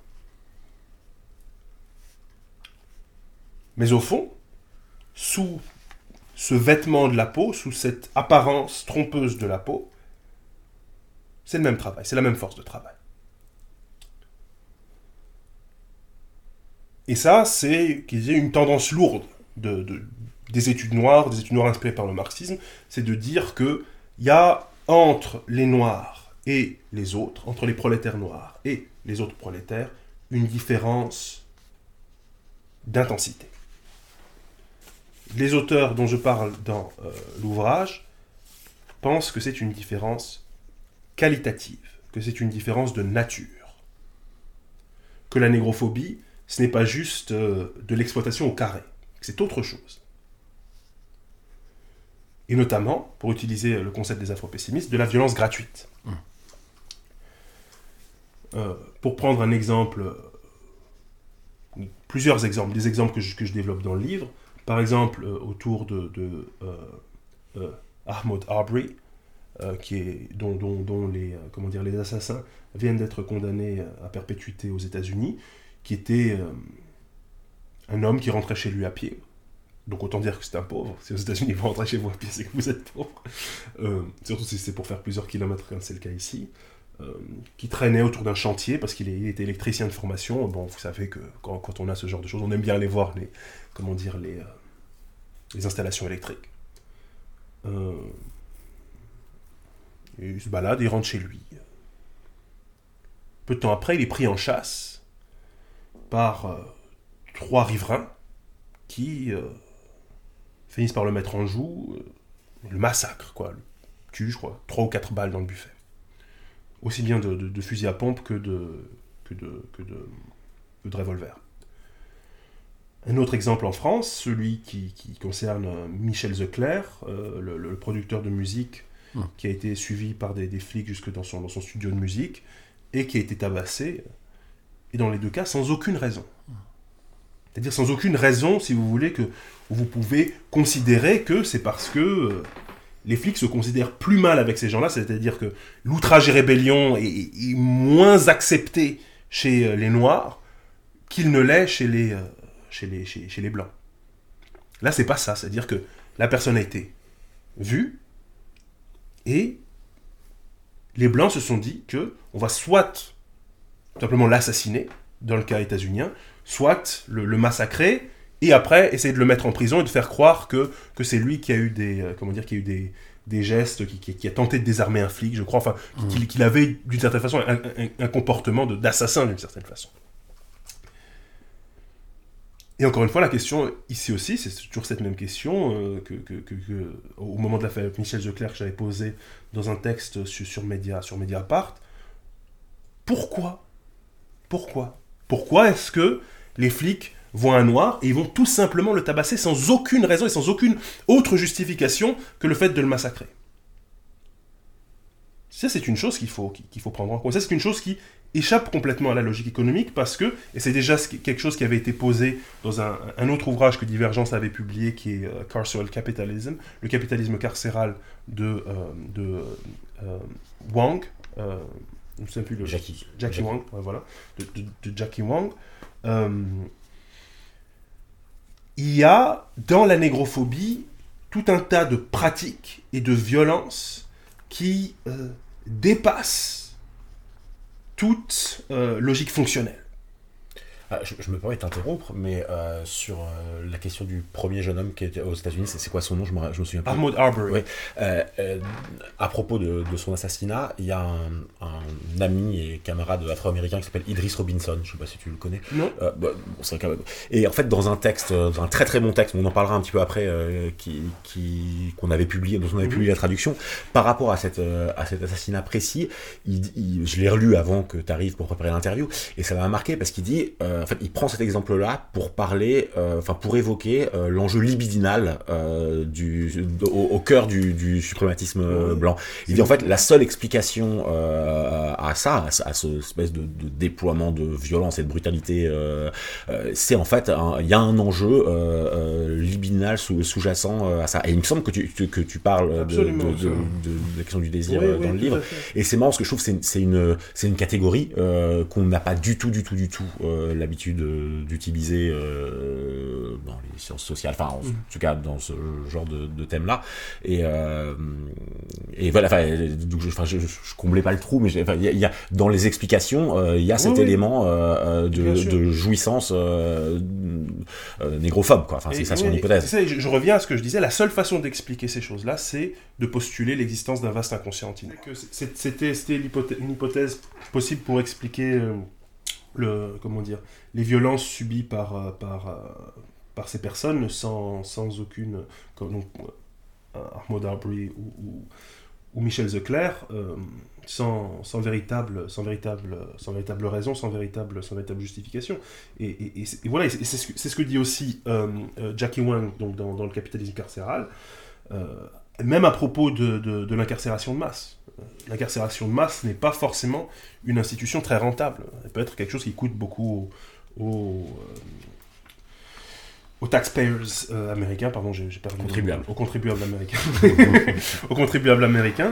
Mais au fond, sous ce vêtement de la peau, sous cette apparence trompeuse de la peau, c'est le même travail, c'est la même force de travail. Et ça, c'est une tendance lourde des études noires inspirées par le marxisme, c'est de dire qu'il y a entre les noirs et les autres, entre les prolétaires noirs et les autres prolétaires, une différence d'intensité. Les auteurs dont je parle dans l'ouvrage pensent que c'est une différence qualitative, que c'est une différence de nature. Que la négrophobie, ce n'est pas juste de l'exploitation au carré, c'est autre chose. Et notamment, pour utiliser le concept des afro-pessimistes, de la violence gratuite. Pour prendre un exemple, plusieurs exemples, des exemples que je développe dans le livre, par exemple autour de Ahmaud Arbery, dont les assassins viennent d'être condamnés à perpétuité aux États-Unis, qui était un homme qui rentrait chez lui à pied. Donc autant dire que c'est un pauvre. Si aux États-Unis vous rentrez chez vous à pied, c'est que vous êtes pauvre. Surtout si c'est pour faire plusieurs kilomètres, comme c'est le cas ici. Qui traînait autour d'un chantier parce qu'il était électricien de formation. Bon, vous savez que quand on a ce genre de choses, on aime bien aller voir les installations électriques. Il se balade, il rentre chez lui. Peu de temps après, il est pris en chasse par 3 riverains qui finissent par le mettre en joue, le massacre, quoi. Le tue, je crois, 3 ou 4 balles dans le buffet. Aussi bien de fusil à pompe que de revolver. Un autre exemple en France, celui qui concerne Michel Zecler, le producteur de musique qui a été suivi par des flics jusque dans son studio de musique et qui a été tabassé, et dans les 2 cas sans aucune raison. C'est-à-dire sans aucune raison, si vous voulez, que vous pouvez considérer que c'est parce que les flics se considèrent plus mal avec ces gens-là, c'est-à-dire que l'outrage et rébellion est moins accepté chez les Noirs qu'il ne l'est chez les Blancs. Là, c'est pas ça, c'est-à-dire que la personne a été vue, Et les Blancs se sont dit que on va soit tout simplement l'assassiner, dans le cas états-unien, soit le massacrer, et après essayer de le mettre en prison et de faire croire que c'est lui qui a eu des gestes, qui a tenté de désarmer un flic, je crois, enfin, qu'il avait d'une certaine façon un comportement d'assassin d'une certaine façon. Et encore une fois, la question ici aussi, c'est toujours cette même question que au moment de l'affaire Michel Zeclerc que j'avais posée dans un texte sur Mediapart. Pourquoi est-ce que les flics voient un noir et ils vont tout simplement le tabasser sans aucune raison et sans aucune autre justification que le fait de le massacrer? Ça, c'est une chose qu'il faut prendre en compte. Ça, c'est une chose qui échappe complètement à la logique économique parce que, et c'est déjà quelque chose qui avait été posé dans un autre ouvrage que Divergence avait publié, qui est Carceral Capitalism, le capitalisme carcéral de Wang, je ne sais plus Jackie Wang, voilà, de Jackie Wang. Il y a dans la négrophobie tout un tas de pratiques et de violences qui dépassent toute logique fonctionnelle. Je me permets de t'interrompre, mais sur la question du premier jeune homme qui était aux États-Unis, c'est quoi son nom? Je me souviens pas. Ahmaud Arbery. Oui. À propos de son assassinat, il y a un ami et camarade afro-américain qui s'appelle Idris Robinson. Je sais pas si tu le connais. Non. Bon, c'est quand même. Et en fait, dans un texte, dans un très très bon texte, on en parlera un petit peu après, qu'on avait publié, dont on avait publié la traduction, par rapport à cet assassinat précis, je l'ai relu avant que tu arrives pour préparer l'interview, et ça m'a marqué parce qu'il dit. En fait, il prend cet exemple-là pour parler, pour évoquer l'enjeu libidinal au cœur du suprématisme blanc. Il dit en fait la seule explication à ça, à ce espèce de déploiement de violence et de brutalité, c'est en fait il y a un enjeu libidinal sous-jacent à ça. Et il me semble que tu parles de la question du désir dans le livre. Et c'est marrant parce que je trouve que c'est une catégorie qu'on n'a pas du tout l'habitude d'utiliser dans les sciences sociales, enfin en tout cas dans ce genre de thème-là. Et voilà, je comblais pas le trou, mais il y a dans les explications, il y a cet élément de jouissance négrophobe, quoi. Enfin, c'est ça son hypothèse. C'est ça, je reviens à ce que je disais, la seule façon d'expliquer ces choses-là, c'est de postuler l'existence d'un vaste inconscient anti-noir. C'était une hypothèse possible pour expliquer les violences subies par ces personnes sans aucune, comme Ahmaud Arbery ou Michel Zeclerc, sans véritable raison, sans véritable justification. Et voilà, et c'est ce que dit aussi Jackie Wang donc dans le capitalisme carcéral, même à propos de l'incarcération de masse. L'incarcération de masse n'est pas forcément une institution très rentable. Elle peut être quelque chose qui coûte beaucoup aux taxpayers américains, pardon, j'ai perdu aux contribuables américains. Aux contribuables américains.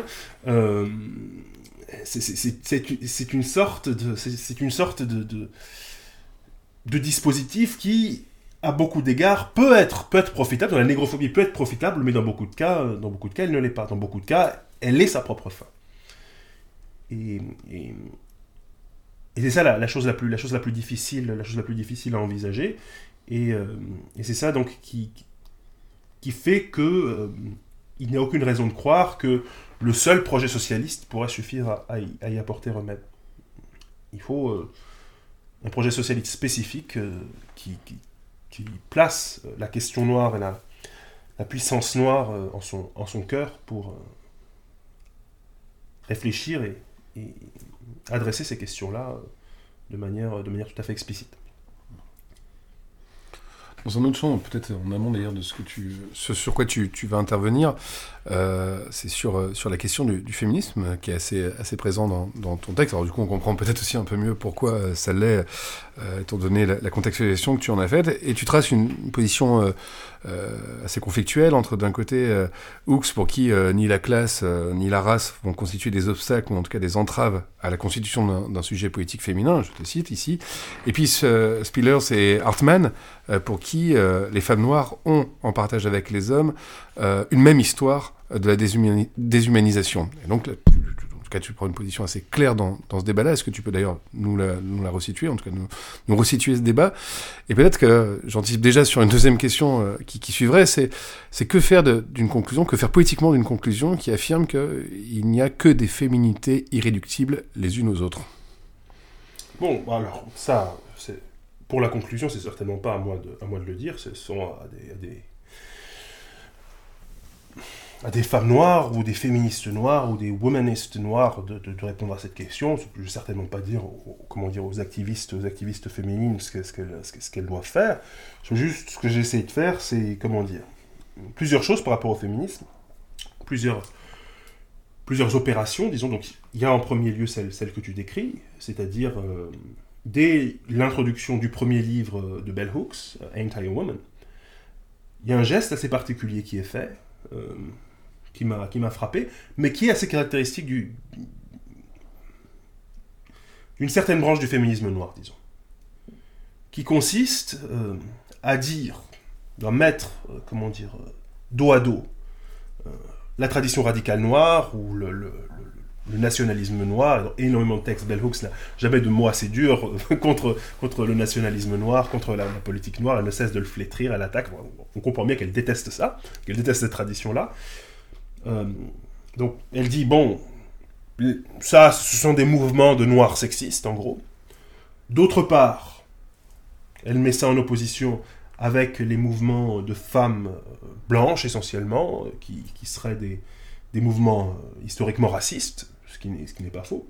C'est une sorte de dispositif qui, à beaucoup d'égards, peut être profitable. La négrophobie peut être profitable, mais dans beaucoup de cas, elle ne l'est pas. Dans beaucoup de cas, elle est sa propre fin. Et c'est ça la chose la plus difficile à envisager. Et c'est ça donc qui fait que il n'y a aucune raison de croire que le seul projet socialiste pourrait suffire à y apporter remède. Il faut un projet socialiste spécifique qui place la question noire et la puissance noire en son cœur pour réfléchir et adresser ces questions-là de manière tout à fait explicite. Dans un autre champ, peut-être en amont d'ailleurs de ce sur quoi tu vas intervenir, c'est sur la question du féminisme qui est assez présent dans ton texte. Alors du coup, on comprend peut-être aussi un peu mieux pourquoi ça l'est, étant donné la contextualisation que tu en as faite. Et tu traces une position assez conflictuelle entre, d'un côté, Hooks, pour qui ni la classe ni la race vont constituer des obstacles, ou en tout cas des entraves à la constitution d'un sujet politique féminin, je te cite ici. Et puis Spillers et Hartman, pour qui les femmes noires ont en partage avec les hommes une même histoire de la déshumanisation. Et donc, là, en tout cas, tu prends une position assez claire dans ce débat-là. Est-ce que tu peux d'ailleurs nous la resituer, en tout cas nous resituer ce débat? Et peut-être que j'anticipe déjà sur une deuxième question qui suivrait, c'est que faire d'une conclusion, que faire politiquement d'une conclusion qui affirme qu'il n'y a que des féminités irréductibles les unes aux autres? Bon, alors, ça, pour la conclusion, c'est certainement pas à moi de le dire, ce sont à des femmes noires, ou des féministes noires, ou des womanistes noirs de répondre à cette question. Je ne vais certainement pas dire, aux activistes féminines ce qu'elles doivent faire. Juste, ce que j'essaie de faire, c'est, plusieurs choses par rapport au féminisme, plusieurs opérations, disons. Donc, il y a en premier lieu celle que tu décris, c'est-à-dire, dès l'introduction du premier livre de Bell Hooks, Ain't I a Woman, il y a un geste assez particulier qui est fait, qui m'a frappé, mais qui est assez caractéristique d'une certaine branche du féminisme noir, disons, qui consiste à mettre, dos à dos, la tradition radicale noire, ou le nationalisme noir. Alors, énormément de textes, Bell Hooks n'a jamais de mots assez durs contre le nationalisme noir, contre la politique noire. Elle ne cesse de le flétrir, elle attaque. On comprend bien qu'elle déteste ça, qu'elle déteste cette tradition-là. Donc, elle dit, ça, ce sont des mouvements de noirs sexistes, en gros. D'autre part, elle met ça en opposition avec les mouvements de femmes blanches, essentiellement, qui seraient des mouvements historiquement racistes, ce qui n'est pas faux.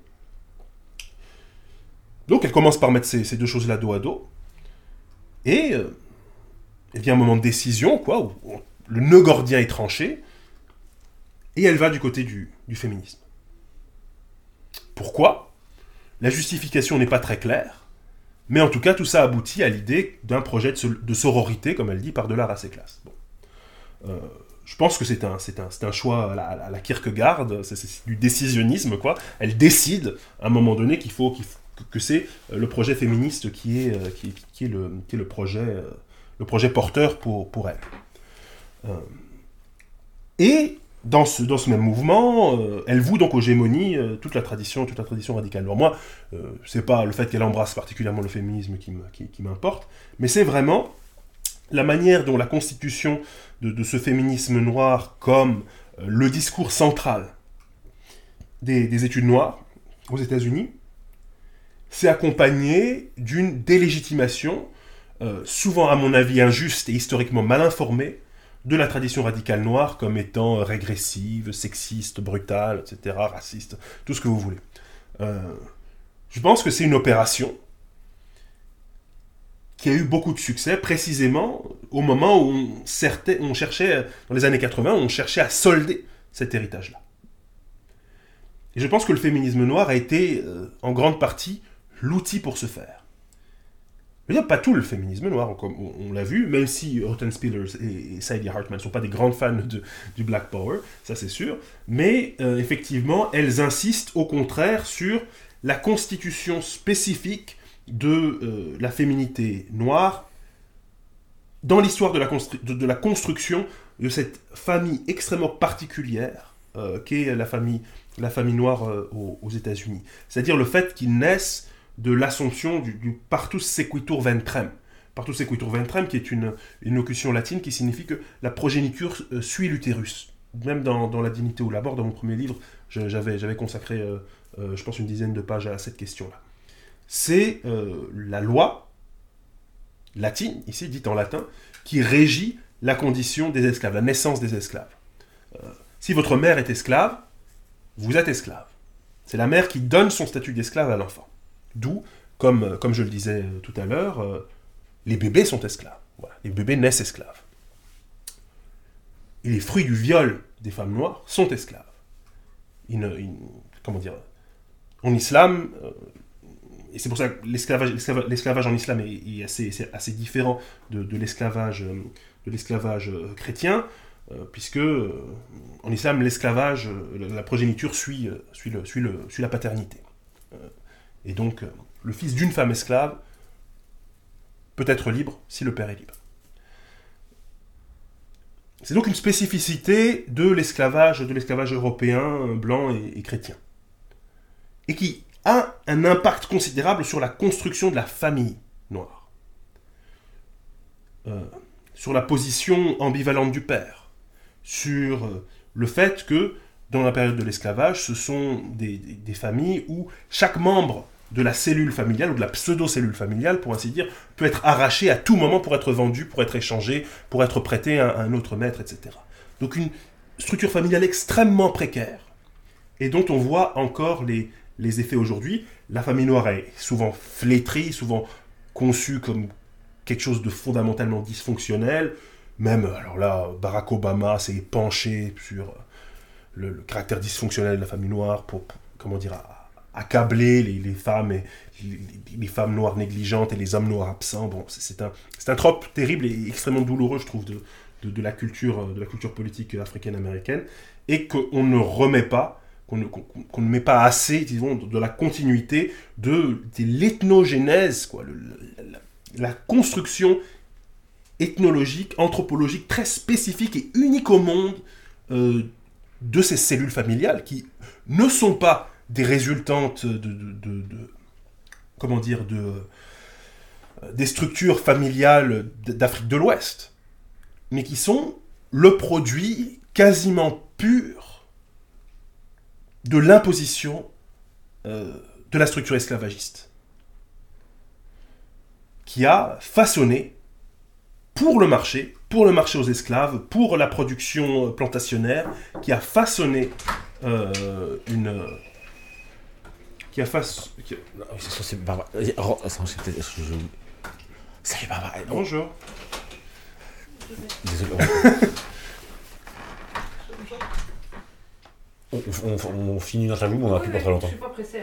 Donc, elle commence par mettre ces deux choses-là dos à dos. Et il y a un moment de décision, où le nœud gordien est tranché, et elle va du côté du féminisme. Pourquoi ? La justification n'est pas très claire, mais en tout cas, tout ça aboutit à l'idée d'un projet de sororité, comme elle dit, par-delà race et classe. Je pense que c'est un choix à la Kierkegaard, c'est du décisionnisme, Elle décide, à un moment donné, que c'est le projet féministe qui est le projet porteur pour elle. Et dans ce même mouvement, elle voue donc aux gémonies toute la tradition radicale. Alors moi, c'est pas le fait qu'elle embrasse particulièrement le féminisme qui m'importe, mais c'est vraiment la manière dont la constitution de ce féminisme noir comme le discours central des études noires aux États-Unis s'est accompagné d'une délégitimation, souvent à mon avis injuste et historiquement mal informée, de la tradition radicale noire comme étant régressive, sexiste, brutale, etc., raciste, tout ce que vous voulez. Je pense que c'est une opération qui a eu beaucoup de succès, précisément au moment où on cherchait, dans les années 80, on cherchait à solder cet héritage-là. Et je pense que le féminisme noir a été, en grande partie, l'outil pour ce faire. Je veux dire, pas tout le féminisme noir, comme on l'a vu, même si Ruth Spillers et Saidiya Hartman ne sont pas des grandes fans du Black Power, ça c'est sûr, mais effectivement, elles insistent au contraire sur la constitution spécifique de la féminité noire dans l'histoire de la construction de cette famille extrêmement particulière qu'est la famille noire aux États-Unis. C'est-à-dire le fait qu'ils naissent de l'assomption du partus sequitur ventrem. Partus sequitur ventrem, qui est une locution latine qui signifie que la progéniture suit l'utérus. Même dans La dignité ou la mort, dans mon premier livre, j'avais consacré, je pense, une dizaine de pages à cette question-là. C'est la loi latine, ici dite en latin, qui régit la condition des esclaves, la naissance des esclaves. Si votre mère est esclave, vous êtes esclave. C'est la mère qui donne son statut d'esclave à l'enfant. D'où, comme je le disais tout à l'heure, les bébés sont esclaves. Voilà, les bébés naissent esclaves. Et les fruits du viol des femmes noires sont esclaves. En islam, et c'est pour ça que l'esclavage en islam est assez différent de l'esclavage chrétien, puisque en islam, l'esclavage, la progéniture suit la paternité. Et donc, le fils d'une femme esclave peut être libre si le père est libre. C'est donc une spécificité de l'esclavage européen, blanc et chrétien. Et qui a un impact considérable sur la construction de la famille noire. Sur la position ambivalente du père. Sur le fait que, dans la période de l'esclavage, ce sont des familles où chaque membre de la cellule familiale, ou de la pseudo-cellule familiale, pour ainsi dire, peut être arraché à tout moment pour être vendu, pour être échangé, pour être prêté à un autre maître, etc. Donc une structure familiale extrêmement précaire, et dont on voit encore les effets aujourd'hui. La famille noire est souvent flétrie, souvent conçue comme quelque chose de fondamentalement dysfonctionnel. Même, alors là, Barack Obama s'est penché sur le caractère dysfonctionnel de la famille noire pour comment dire, accabler les femmes et les femmes noires négligentes et les hommes noirs absents. Bon, c'est un trope terrible et extrêmement douloureux, je trouve, de la culture politique africaine-américaine, et qu'on ne remet pas, qu'on ne met pas assez, disons, de la continuité de l'ethnogénèse, quoi, la construction ethnologique, anthropologique très spécifique et unique au monde de ces cellules familiales qui ne sont pas des résultantes des structures familiales d'Afrique de l'Ouest, mais qui sont le produit quasiment pur de l'imposition de la structure esclavagiste, qui a façonné pour le marché aux esclaves, pour la production plantationnaire, qui a façonné C'est pas vrai. Salut, Barbara. Bonjour. Désolé. On finit notre interview, mais on n'a plus pas très longtemps. Je suis pas pressé.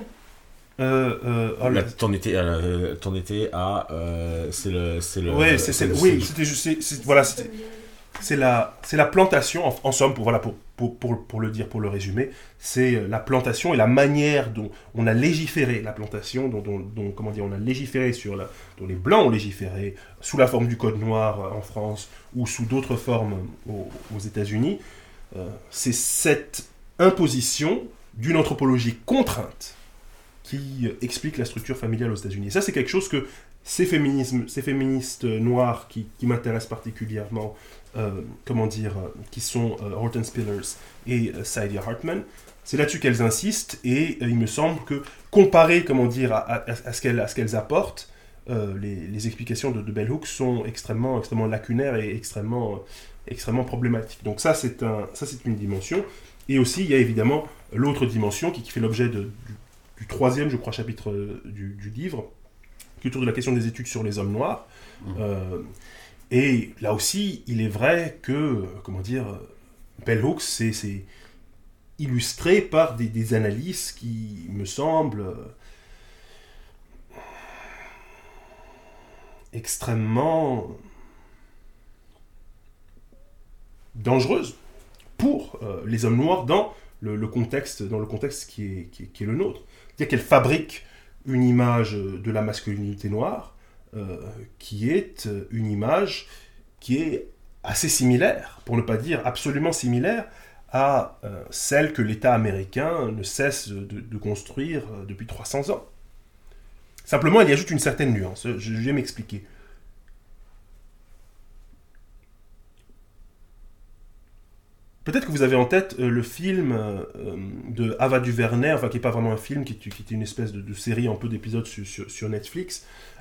T'en étais à c'est le ouais, c'était juste voilà, c'est la plantation en somme pour le dire, pour le résumer, c'est la plantation et la manière dont on a légiféré la plantation, dont comment dire, on a légiféré dont les blancs ont légiféré sous la forme du code noir en France ou sous d'autres formes aux États-Unis. C'est cette imposition d'une anthropologie contrainte qui explique la structure familiale aux États-Unis. Et ça, c'est quelque chose que ces féministes noirs qui m'intéressent particulièrement, qui sont Horton Spillers et Saidiya Hartman, c'est là-dessus qu'elles insistent, et il me semble que, comparé, à ce qu'elles apportent, les explications de Bell Hooks sont extrêmement lacunaires et extrêmement problématiques. Donc ça, c'est une dimension. Et aussi, il y a évidemment l'autre dimension qui fait l'objet du troisième, je crois, chapitre du livre, qui est autour de la question des études sur les hommes noirs. Et là aussi, il est vrai que, Bell Hooks, c'est illustré par des analyses qui me semblent extrêmement dangereuses pour les hommes noirs dans le contexte qui est le nôtre. C'est-à-dire qu'elle fabrique une image de la masculinité noire qui est une image qui est assez similaire, pour ne pas dire absolument similaire, à celle que l'État américain ne cesse de construire depuis 300 ans. Simplement, il y ajoute une certaine nuance. Je vais m'expliquer. Peut-être que vous avez en tête le film de Ava DuVernay, enfin qui n'est pas vraiment un film, qui était une espèce de série, un peu d'épisodes sur Netflix,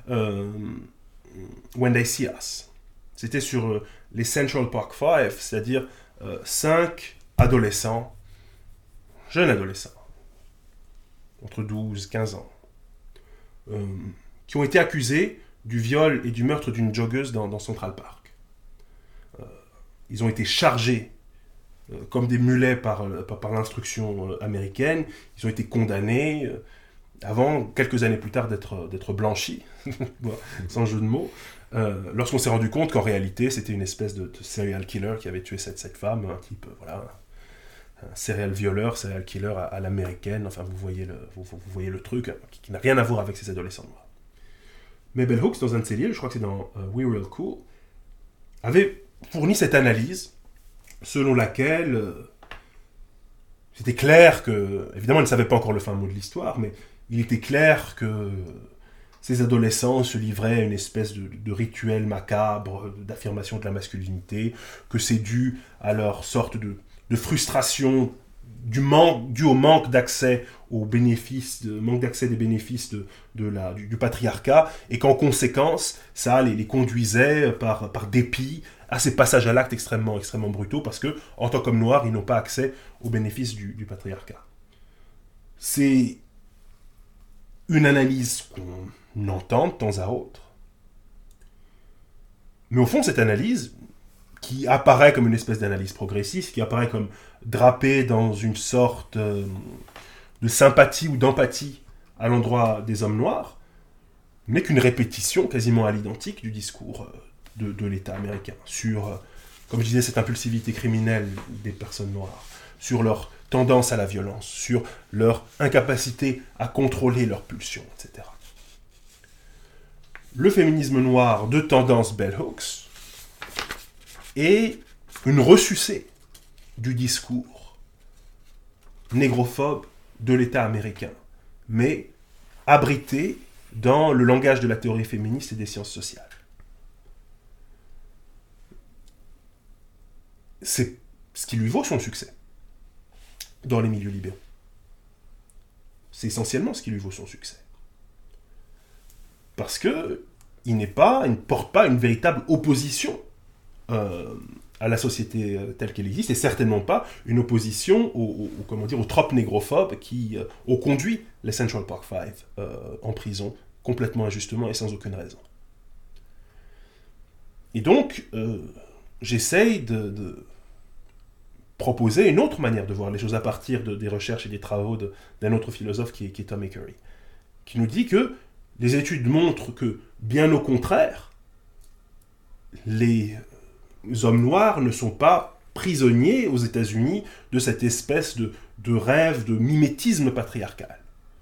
When They See Us. C'était sur les Central Park Five, c'est-à-dire 5 adolescents, jeunes adolescents, entre 12 et 15 ans, qui ont été accusés du viol et du meurtre d'une joggeuse dans Central Park. Ils ont été chargés comme des mulets par l'instruction américaine. Ils ont été condamnés avant, quelques années plus tard, d'être blanchis, sans jeu de mots, lorsqu'on s'est rendu compte qu'en réalité, c'était une espèce de serial killer qui avait tué cette femme, un type, un serial violeur, serial killer à l'américaine. Enfin, vous voyez le truc, qui n'a rien à voir avec ces adolescents noirs. Mais Bell Hooks, dans un de ses livres, je crois que c'est dans We Real Cool, avait fournit cette analyse selon laquelle c'était clair que, évidemment, il ne savait pas encore le fin mot de l'histoire, mais il était clair que ces adolescents se livraient à une espèce de rituel macabre d'affirmation de la masculinité, que c'est dû à leur sorte de frustration dû au manque d'accès aux bénéfices, manque d'accès des bénéfices du patriarcat, et qu'en conséquence, ça les conduisait par dépit à ces passages à l'acte extrêmement brutaux, parce que, en tant qu'hommes noirs, ils n'ont pas accès aux bénéfices du patriarcat. C'est une analyse qu'on entend de temps à autre. Mais au fond, cette analyse, qui apparaît comme une espèce d'analyse progressiste, qui apparaît comme drapée dans une sorte de sympathie ou d'empathie à l'endroit des hommes noirs, n'est qu'une répétition quasiment à l'identique du discours de l'État américain sur, comme je disais, cette impulsivité criminelle des personnes noires, sur leur tendance à la violence, sur leur incapacité à contrôler leurs pulsions, etc. Le féminisme noir de tendance bell hooks est une ressucée du discours négrophobe de l'État américain, mais abrité dans le langage de la théorie féministe et des sciences sociales. C'est ce qui lui vaut son succès dans les milieux libéraux. C'est essentiellement ce qui lui vaut son succès. Parce que il ne porte pas une véritable opposition à la société telle qu'elle existe, et certainement pas une opposition aux tropes négrophobes qui ont conduit les Central Park Five en prison, complètement injustement et sans aucune raison. Et donc, j'essaye de proposer une autre manière de voir les choses à partir des recherches et des travaux d'un autre philosophe qui est Tommy Curry, qui nous dit que les études montrent que, bien au contraire, les hommes noirs ne sont pas prisonniers aux États-Unis de cette espèce de rêve, de mimétisme patriarcal.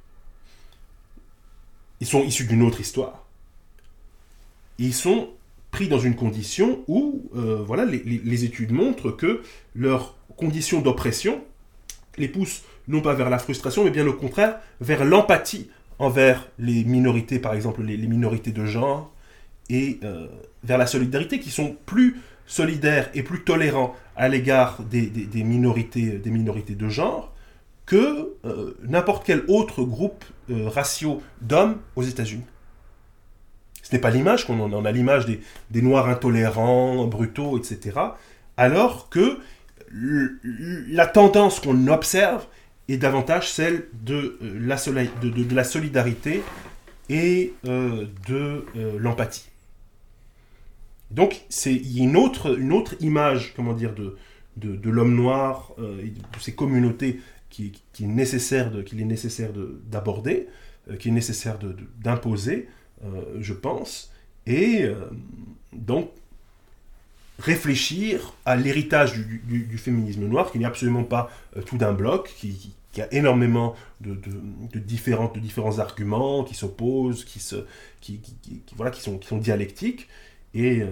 Ils sont issus d'une autre histoire. Ils sont pris dans une condition où les études montrent que leur condition d'oppression les pousse non pas vers la frustration, mais bien au contraire vers l'empathie envers les minorités, par exemple les minorités de genre, et vers la solidarité, qui sont plus solidaires et plus tolérants à l'égard des minorités de genre que n'importe quel autre groupe raciaux d'hommes aux États-Unis. Ce n'est pas l'image qu'on en a, on a l'image des Noirs intolérants, brutaux, etc., alors que la tendance qu'on observe est davantage celle de la solidarité et de l'empathie. Donc, il y a une autre image, de l'homme noir et de ces communautés qu'il est nécessaire d'aborder, qu'il est nécessaire d'imposer, je pense, et donc réfléchir à l'héritage du féminisme noir, qui n'est absolument pas tout d'un bloc, qui a énormément de différents arguments qui s'opposent, qui sont dialectiques, et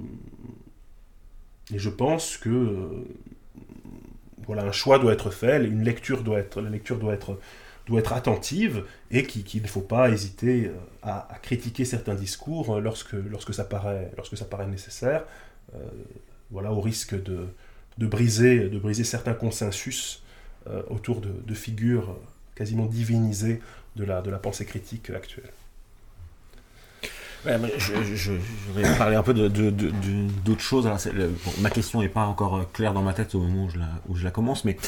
je pense que un choix doit être fait, la lecture doit être attentive, et qu'il ne faut pas hésiter à critiquer certains discours lorsque ça paraît nécessaire, au risque de briser certains consensus autour de figures quasiment divinisées de la pensée critique actuelle. Ouais, je vais parler un peu d'autres choses. Alors, ma question n'est pas encore claire dans ma tête au moment où je la commence, mais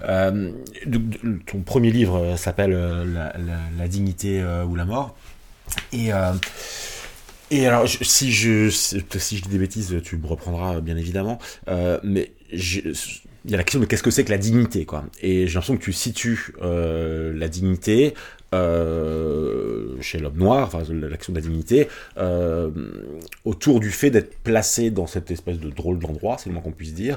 ton premier livre s'appelle la dignité ou la mort. Et alors, si je dis des bêtises, tu me reprendras bien évidemment, mais il y a la question de qu'est-ce que c'est que la dignité, quoi. Et j'ai l'impression que tu situes la dignité chez l'homme noir, enfin la question de la dignité, autour du fait d'être placé dans cette espèce de drôle d'endroit, c'est le moins qu'on puisse dire,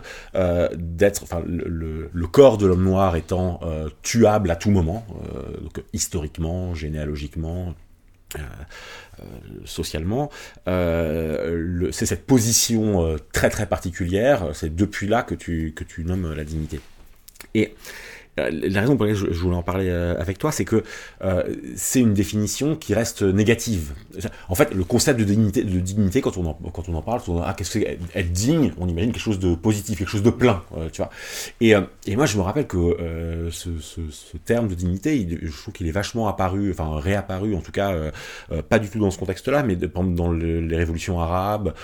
le corps de l'homme noir étant tuable à tout moment, donc historiquement, généalogiquement, socialement, le c'est cette position très très particulière, c'est depuis là que tu nommes la dignité. Et la raison pour laquelle je voulais en parler avec toi, c'est que c'est une définition qui reste négative. En fait, le concept de dignité, quand on en parle, qu'est-ce que c'est être digne, on imagine quelque chose de positif, quelque chose de plein, tu vois. Et moi, je me rappelle que ce terme de dignité, je trouve qu'il est vachement réapparu, en tout cas, pas du tout dans ce contexte-là, mais dans les révolutions arabes,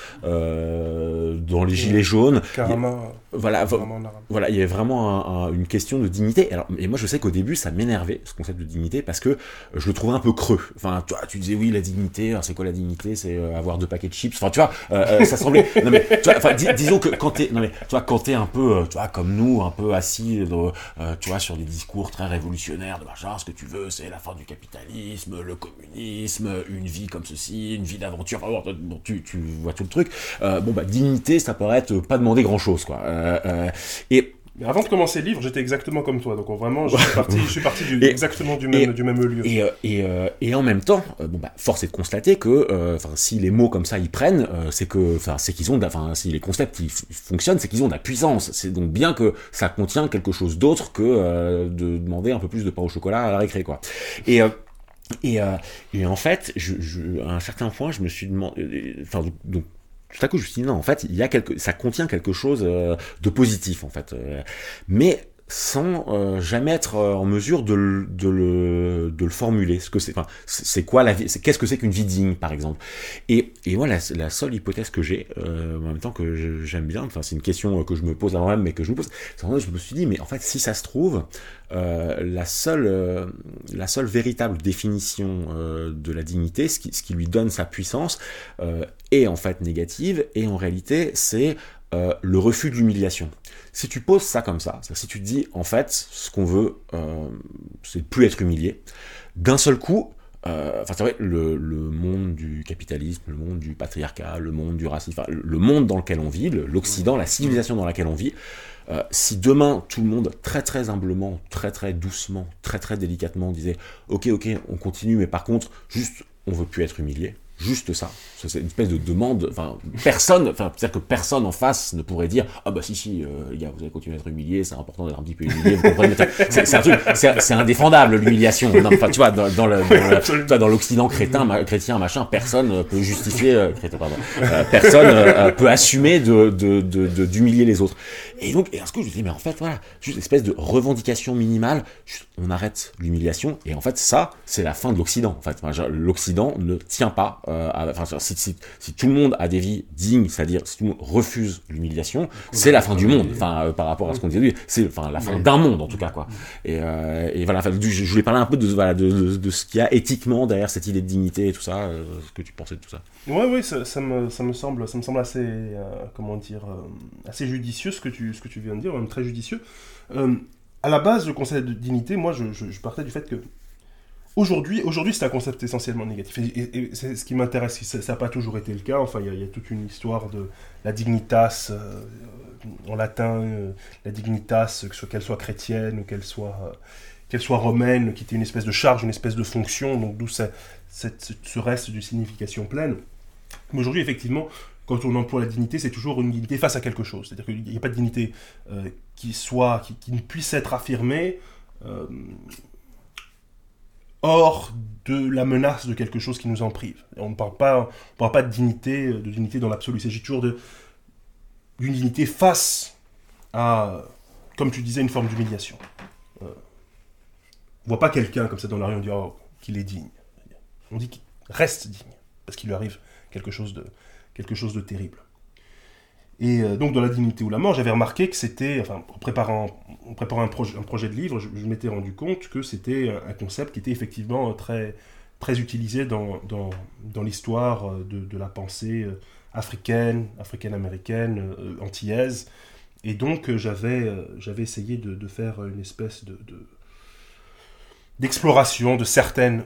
dans les gilets jaunes. Voilà, il y avait vraiment une question de dignité. Et moi, je sais qu'au début, ça m'énervait, ce concept de dignité, parce que je le trouvais un peu creux. Enfin, tu disais, oui, la dignité, alors c'est quoi la dignité? C'est avoir 2 paquets de chips. Enfin, tu vois, ça semblait... Non, mais, tu vois, disons que quand t'es un peu, tu vois, comme nous, un peu assis, tu vois, sur des discours très révolutionnaires, de machin, ce que tu veux, c'est la fin du capitalisme, le communisme, une vie comme ceci, une vie d'aventure, enfin, bon, tu vois tout le truc. Dignité, ça paraît être pas demander grand-chose, quoi. Mais avant de commencer le livre, j'étais exactement comme toi, donc vraiment, je suis parti exactement du même lieu. Et en même temps, force est de constater que, si les mots comme ça ils prennent, c'est qu'ils ont, si les concepts ils fonctionnent, c'est qu'ils ont de la puissance. C'est donc bien que ça contient quelque chose d'autre que de demander un peu plus de pain au chocolat à la récré, quoi. Et en fait, à un certain point, je me suis demandé, donc tout à coup, je me suis dit non, en fait, ça contient quelque chose de positif, en fait, mais sans jamais être en mesure de le formuler. C'est quoi la vie, qu'est-ce que c'est qu'une vie digne, par exemple. Et moi, la seule hypothèse que j'ai, en même temps que j'aime bien, c'est une question que je me pose à moi-même, mais que je me pose, je me suis dit, mais en fait, si ça se trouve, la seule véritable définition de la dignité, ce qui lui donne sa puissance, est en fait négative, et en réalité, c'est le refus de l'humiliation. Si tu poses ça comme ça, si tu te dis, en fait, ce qu'on veut, c'est de plus être humilié, d'un seul coup, c'est vrai, le monde du capitalisme, le monde du patriarcat, le monde du racisme, le monde dans lequel on vit, l'Occident, la civilisation dans laquelle on vit, si demain tout le monde très très humblement, très très doucement, très très délicatement disait ok, on continue, mais par contre, juste, on veut plus être humilié. Juste ça. C'est une espèce de demande. C'est-à-dire que personne en face ne pourrait dire ah bah si les gars, vous allez continuer à être humiliés, c'est important d'être un petit peu humilié, vous comprenez. C'est un truc, c'est indéfendable l'humiliation. Non, tu vois, dans l'Occident chrétien machin, personne peut justifier personne peut assumer d'humilier les autres. Et donc, ce que je dis, mais en fait, voilà, juste une espèce de revendication minimale, on arrête l'humiliation, et en fait, ça, c'est la fin de l'Occident. En fait, l'Occident ne tient pas. Si tout le monde a des vies dignes, c'est-à-dire si tout le monde refuse l'humiliation, c'est la fin du monde. Par rapport à ce qu'on disait, c'est la fin d'un monde en tout cas, quoi. Et voilà. Je voulais parler un peu de ce qu'il y a éthiquement derrière cette idée de dignité et tout ça. Ce que tu pensais de tout ça. Oui, ça me semble assez, assez judicieux ce que tu viens de dire, même très judicieux. À la base, le concept de dignité, moi, je partais du fait que Aujourd'hui, c'est un concept essentiellement négatif. Et c'est ce qui m'intéresse. Ça n'a pas toujours été le cas. Enfin, il y a toute une histoire de la dignitas, en latin, la dignitas, qu'elle soit chrétienne ou qu'elle soit romaine, qui était une espèce de charge, une espèce de fonction, donc d'où ce reste de signification pleine. Mais aujourd'hui, effectivement, quand on emploie la dignité, c'est toujours une dignité face à quelque chose. C'est-à-dire qu'il n'y a pas de dignité qui ne puisse être affirmée hors de la menace de quelque chose qui nous en prive. On ne parle pas de dignité dans l'absolu. Il s'agit toujours d'une dignité face à, comme tu disais, une forme d'humiliation. On ne voit pas quelqu'un comme ça dans la rue, on dit qu'il est digne. On dit qu'il reste digne, parce qu'il lui arrive quelque chose de terrible. Et donc dans la dignité ou la mort, j'avais remarqué que c'était, en préparant un projet de livre, je m'étais rendu compte que c'était un concept qui était effectivement très, très utilisé dans l'histoire de la pensée africaine-américaine, antillaise. Et donc j'avais essayé de faire une espèce d'exploration de certaines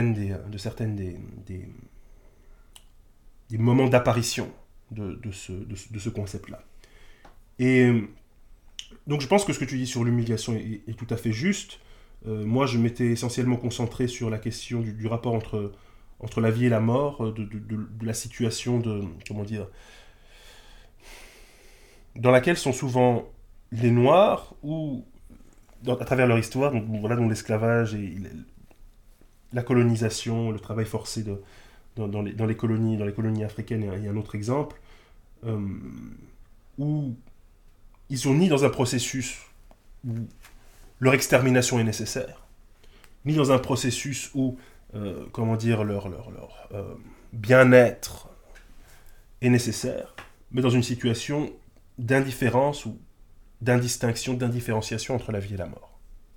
des moments d'apparition de ce concept-là. Et donc je pense que ce que tu dis sur l'humiliation est tout à fait juste. Moi, je m'étais essentiellement concentré sur la question du rapport entre la vie et la mort, de la situation dans laquelle sont souvent les Noirs, ou à travers leur histoire, donc l'esclavage et la colonisation, le travail forcé dans les colonies africaines, et un autre exemple, où ils sont ni dans un processus où leur extermination est nécessaire, ni dans un processus où leur bien-être est nécessaire, mais dans une situation d'indifférence ou d'indistinction, d'indifférenciation entre la vie et la mort.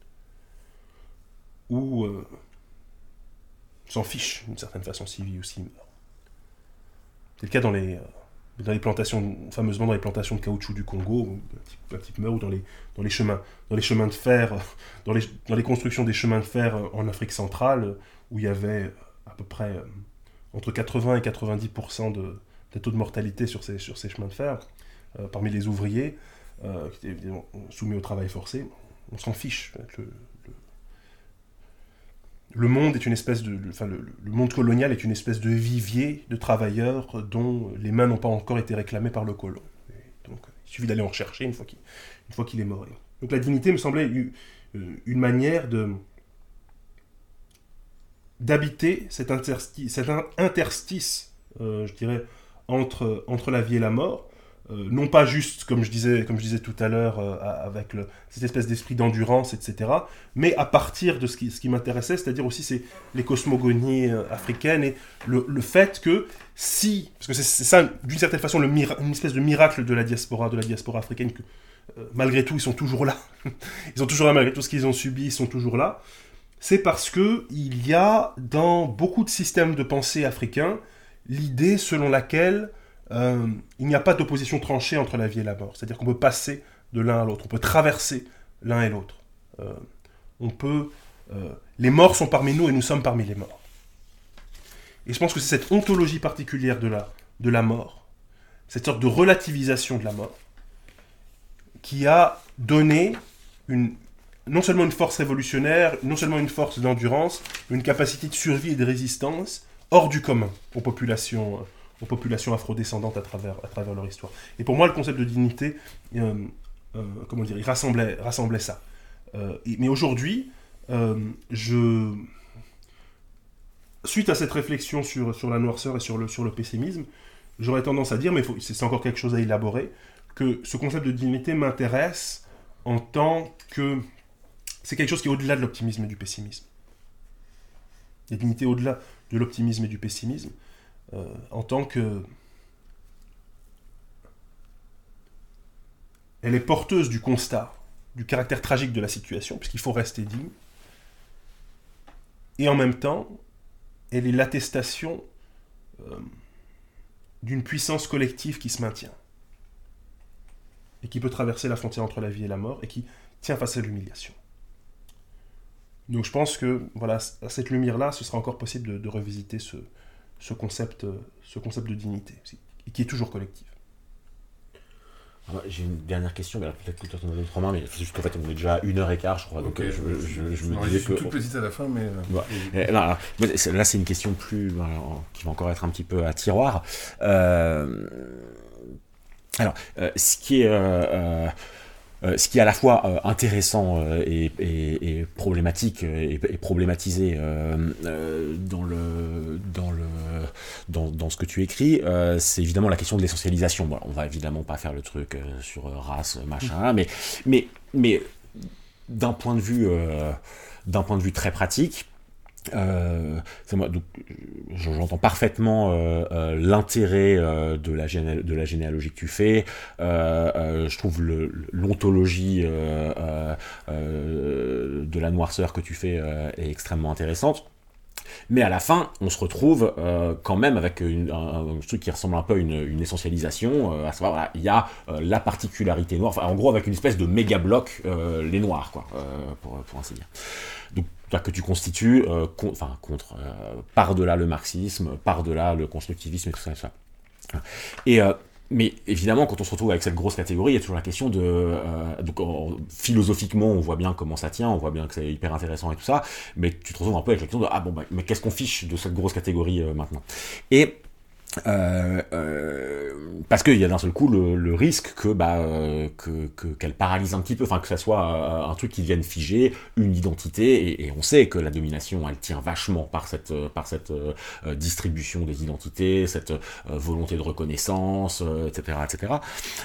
Où s'en fiche d'une certaine façon s'il vit ou s'il meurt. C'est le cas dans les plantations, fameusement dans les plantations de caoutchouc du Congo, où un type meurt, ou dans les chemins de fer, dans les constructions des chemins de fer en Afrique centrale, où il y avait à peu près entre 80 et 90% de taux de mortalité sur ces chemins de fer, parmi les ouvriers, qui étaient évidemment soumis au travail forcé. On s'en fiche. Le monde est une espèce le monde colonial est une espèce de vivier de travailleurs dont les mains n'ont pas encore été réclamées par le colon. Et donc, il suffit d'aller en rechercher une fois qu'il est mort. Donc la dignité me semblait une manière d'habiter cet interstice, je dirais, entre la vie et la mort. Non pas juste, comme je disais tout à l'heure, avec cette espèce d'esprit d'endurance, etc., mais à partir de ce qui m'intéressait, c'est-à-dire aussi c'est les cosmogonies africaines et le fait que parce que c'est ça, d'une certaine façon, une espèce de miracle de la diaspora africaine, que malgré tout, ils sont toujours là. Ils sont toujours là, malgré tout ce qu'ils ont subi, ils sont toujours là. C'est parce que il y a, dans beaucoup de systèmes de pensée africains, l'idée selon laquelle il n'y a pas d'opposition tranchée entre la vie et la mort. C'est-à-dire qu'on peut passer de l'un à l'autre, on peut traverser l'un et l'autre. Les morts sont parmi nous et nous sommes parmi les morts. Et je pense que c'est cette ontologie particulière de la mort, cette sorte de relativisation de la mort, qui a donné non seulement une force révolutionnaire, non seulement une force d'endurance, mais une capacité de survie et de résistance hors du commun aux populations afrodescendantes à travers leur histoire. Et pour moi, le concept de dignité, il rassemblait ça. Mais aujourd'hui, suite à cette réflexion sur la noirceur et sur le pessimisme, j'aurais tendance à dire, mais c'est encore quelque chose à élaborer, que ce concept de dignité m'intéresse en tant que... C'est quelque chose qui est au-delà de l'optimisme et du pessimisme. La dignité au-delà de l'optimisme et du pessimisme, en tant que... Elle est porteuse du constat, du caractère tragique de la situation, puisqu'il faut rester digne, et en même temps, elle est l'attestation d'une puissance collective qui se maintient, et qui peut traverser la frontière entre la vie et la mort, et qui tient face à l'humiliation. Donc je pense que, voilà, à cette lumière-là, ce sera encore possible de revisiter ce concept de dignité, qui est toujours collectif. Alors, j'ai une dernière question, mais alors peut-être que tu en as d'autres en main, mais c'est juste qu'en fait on est déjà à 1h15, je crois, donc okay, je me disais que... toute petite à la fin, mais... Ouais. Là, c'est une question qui va encore être un petit peu à tiroir. Ce qui est à la fois intéressant et problématique et problématisé dans ce que tu écris, c'est évidemment la question de l'essentialisation. Bon, on va évidemment pas faire le truc sur race, machin, mais d'un point de vue très pratique. J'entends parfaitement l'intérêt de la généalogie que tu fais. Je trouve l'ontologie de la noirceur que tu fais est extrêmement intéressante. Mais à la fin, on se retrouve quand même avec un truc qui ressemble un peu à une essentialisation, à savoir, voilà, il y a la particularité noire, en gros avec une espèce de méga bloc, les noirs, quoi, pour ainsi dire. Donc, que tu constitues par-delà le marxisme, par-delà le constructivisme et tout ça. Et Mais évidemment, quand on se retrouve avec cette grosse catégorie, il y a toujours la question de... philosophiquement, on voit bien comment ça tient, on voit bien que c'est hyper intéressant et tout ça, mais tu te retrouves un peu avec la question de mais qu'est-ce qu'on fiche de cette grosse catégorie maintenant? Et parce qu'il y a d'un seul coup le risque qu'elle paralyse un petit peu, enfin que ça soit un truc qui vienne figer une identité, et on sait que la domination elle tient vachement par cette distribution des identités, cette volonté de reconnaissance, etc., etc.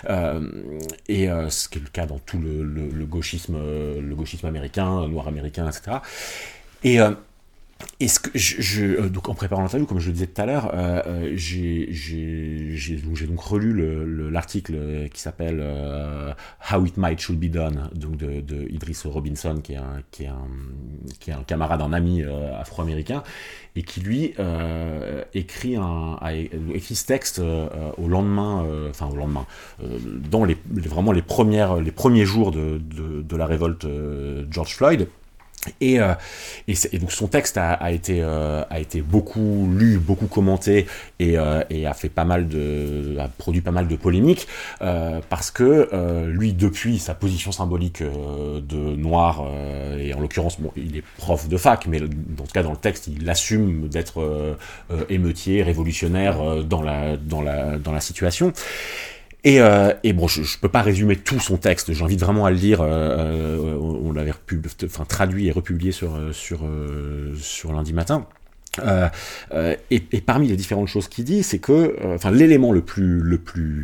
Ce qui est le cas dans tout le gauchisme américain, noir américain, etc. Et ce que donc en préparant l'interview, comme je le disais tout à l'heure, j'ai donc relu l'article qui s'appelle How It Might Should Be Done, donc de Idris Robinson, qui est un camarade, un ami afro-américain, et qui lui écrit ce texte au lendemain, dans les premiers jours de la révolte George Floyd. Et donc son texte a été beaucoup lu, beaucoup commenté, et a produit pas mal de polémiques, parce que lui, depuis sa position symbolique de noir, et en l'occurrence il est prof de fac, mais dans ce cas dans le texte il assume d'être émeutier, révolutionnaire dans la situation. Et bon, je peux pas résumer tout son texte. J'invite vraiment à le lire. On l'avait traduit et republié sur lundi matin. Et parmi les différentes choses qu'il dit, c'est que, l'élément le plus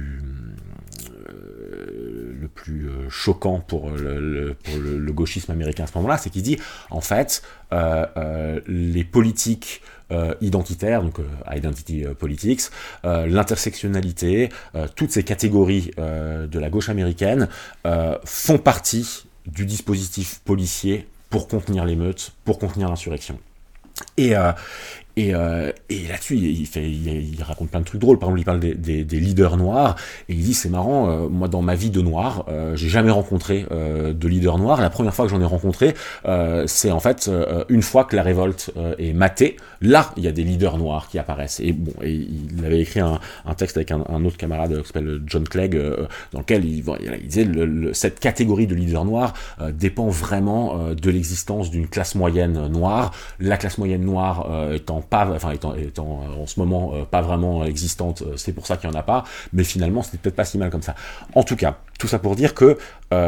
choquant pour le gauchisme américain à ce moment-là, c'est qu'il dit, en fait, les politiques identitaires, donc identity politics, l'intersectionnalité, toutes ces catégories de la gauche américaine font partie du dispositif policier pour contenir l'émeute, pour contenir l'insurrection. Et là-dessus, il raconte plein de trucs drôles. Par exemple, il parle des leaders noirs, et il dit, c'est marrant, moi dans ma vie de noir, j'ai jamais rencontré de leader noir. La première fois que j'en ai rencontré, c'est en fait une fois que la révolte est matée. Là, il y a des leaders noirs qui apparaissent. Et bon, il avait écrit un texte avec un autre camarade qui s'appelle John Clegg, dans lequel il disait cette catégorie de leaders noirs dépend vraiment de l'existence d'une classe moyenne noire. La classe moyenne noire étant en ce moment pas vraiment existante, c'est pour ça qu'il n'y en a pas, mais finalement c'était peut-être pas si mal comme ça. En tout cas, tout ça pour dire que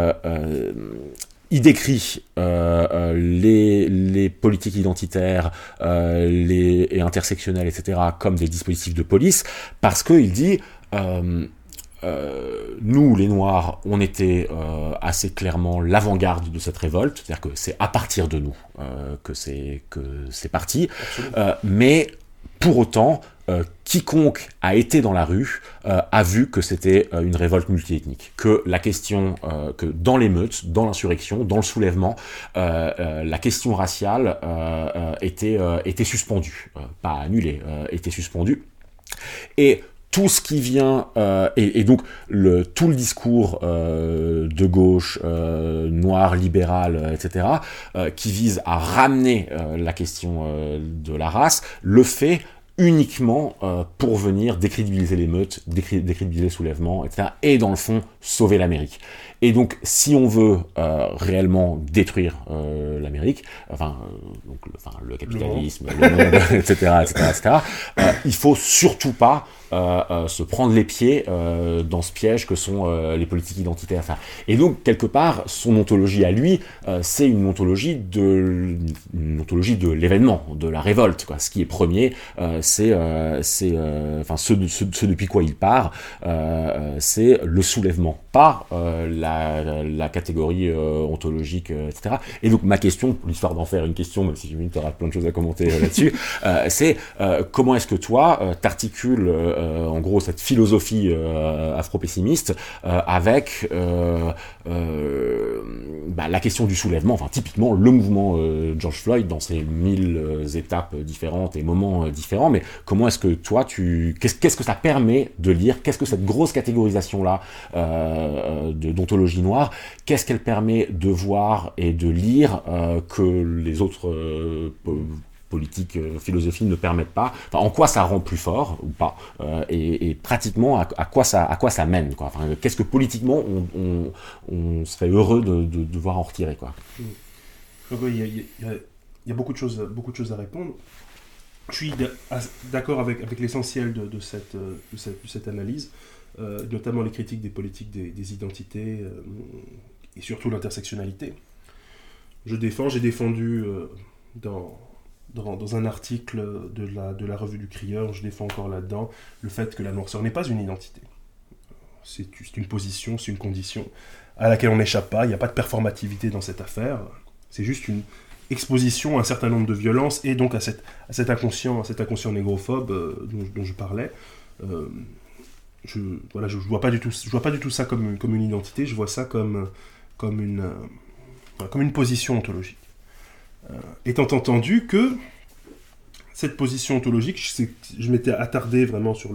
il décrit les politiques identitaires et intersectionnelles, etc., comme des dispositifs de police, parce qu'il dit nous, les Noirs, on était assez clairement l'avant-garde de cette révolte, c'est-à-dire que c'est à partir de nous que c'est parti, mais pour autant, quiconque a été dans la rue a vu que c'était une révolte multiethnique, que la question, que dans l'émeute, dans l'insurrection, dans le soulèvement, la question raciale était suspendue, pas annulée, était suspendue, et tout ce qui vient, et donc tout le discours de gauche, noir, libéral, etc., qui vise à ramener la question de la race, le fait uniquement pour venir décrédibiliser l'émeute, décrédibiliser le soulèvement, etc., et dans le fond, sauver l'Amérique. Et donc, si on veut réellement détruire l'Amérique, le capitalisme, le monde, etc., il faut surtout pas se prendre les pieds dans ce piège que sont les politiques identitaires. Et donc, quelque part, son ontologie à lui, c'est une ontologie de l'événement, de la révolte, quoi. Ce qui est premier, ce depuis quoi il part, c'est le soulèvement, pas la catégorie ontologique, etc. Et donc ma question, pour l'histoire d'en faire une question, même si tu auras plein de choses à commenter là-dessus, c'est comment est-ce que toi t'articules en gros cette philosophie afro-pessimiste avec la question du soulèvement, typiquement le mouvement George Floyd dans ses 1000 étapes différentes et moments différents, mais comment est-ce que toi qu'est-ce que ça permet de lire, qu'est-ce que cette grosse catégorisation-là d'ontologie noire, qu'est-ce qu'elle permet de voir et de lire que les autres politique, philosophie ne permettent pas. Enfin, en quoi ça rend plus fort ou pas, et pratiquement à quoi ça mène, quoi. Enfin, qu'est-ce que politiquement on serait heureux de devoir en retirer, quoi. Donc, oui, il y a beaucoup de choses à répondre. Je suis d'accord avec l'essentiel de cette analyse, notamment les critiques des politiques des identités et surtout l'intersectionnalité. J'ai défendu dans un article de la revue du Crieur, je défends encore là-dedans le fait que la noirceur n'est pas une identité. C'est une position, c'est une condition à laquelle on n'échappe pas, il n'y a pas de performativité dans cette affaire, c'est juste une exposition à un certain nombre de violences et donc à cet inconscient négrophobe dont je parlais. Je vois pas du tout ça comme une identité, je vois ça comme une position ontologique. Étant entendu que cette position ontologique, je m'étais attardé vraiment sur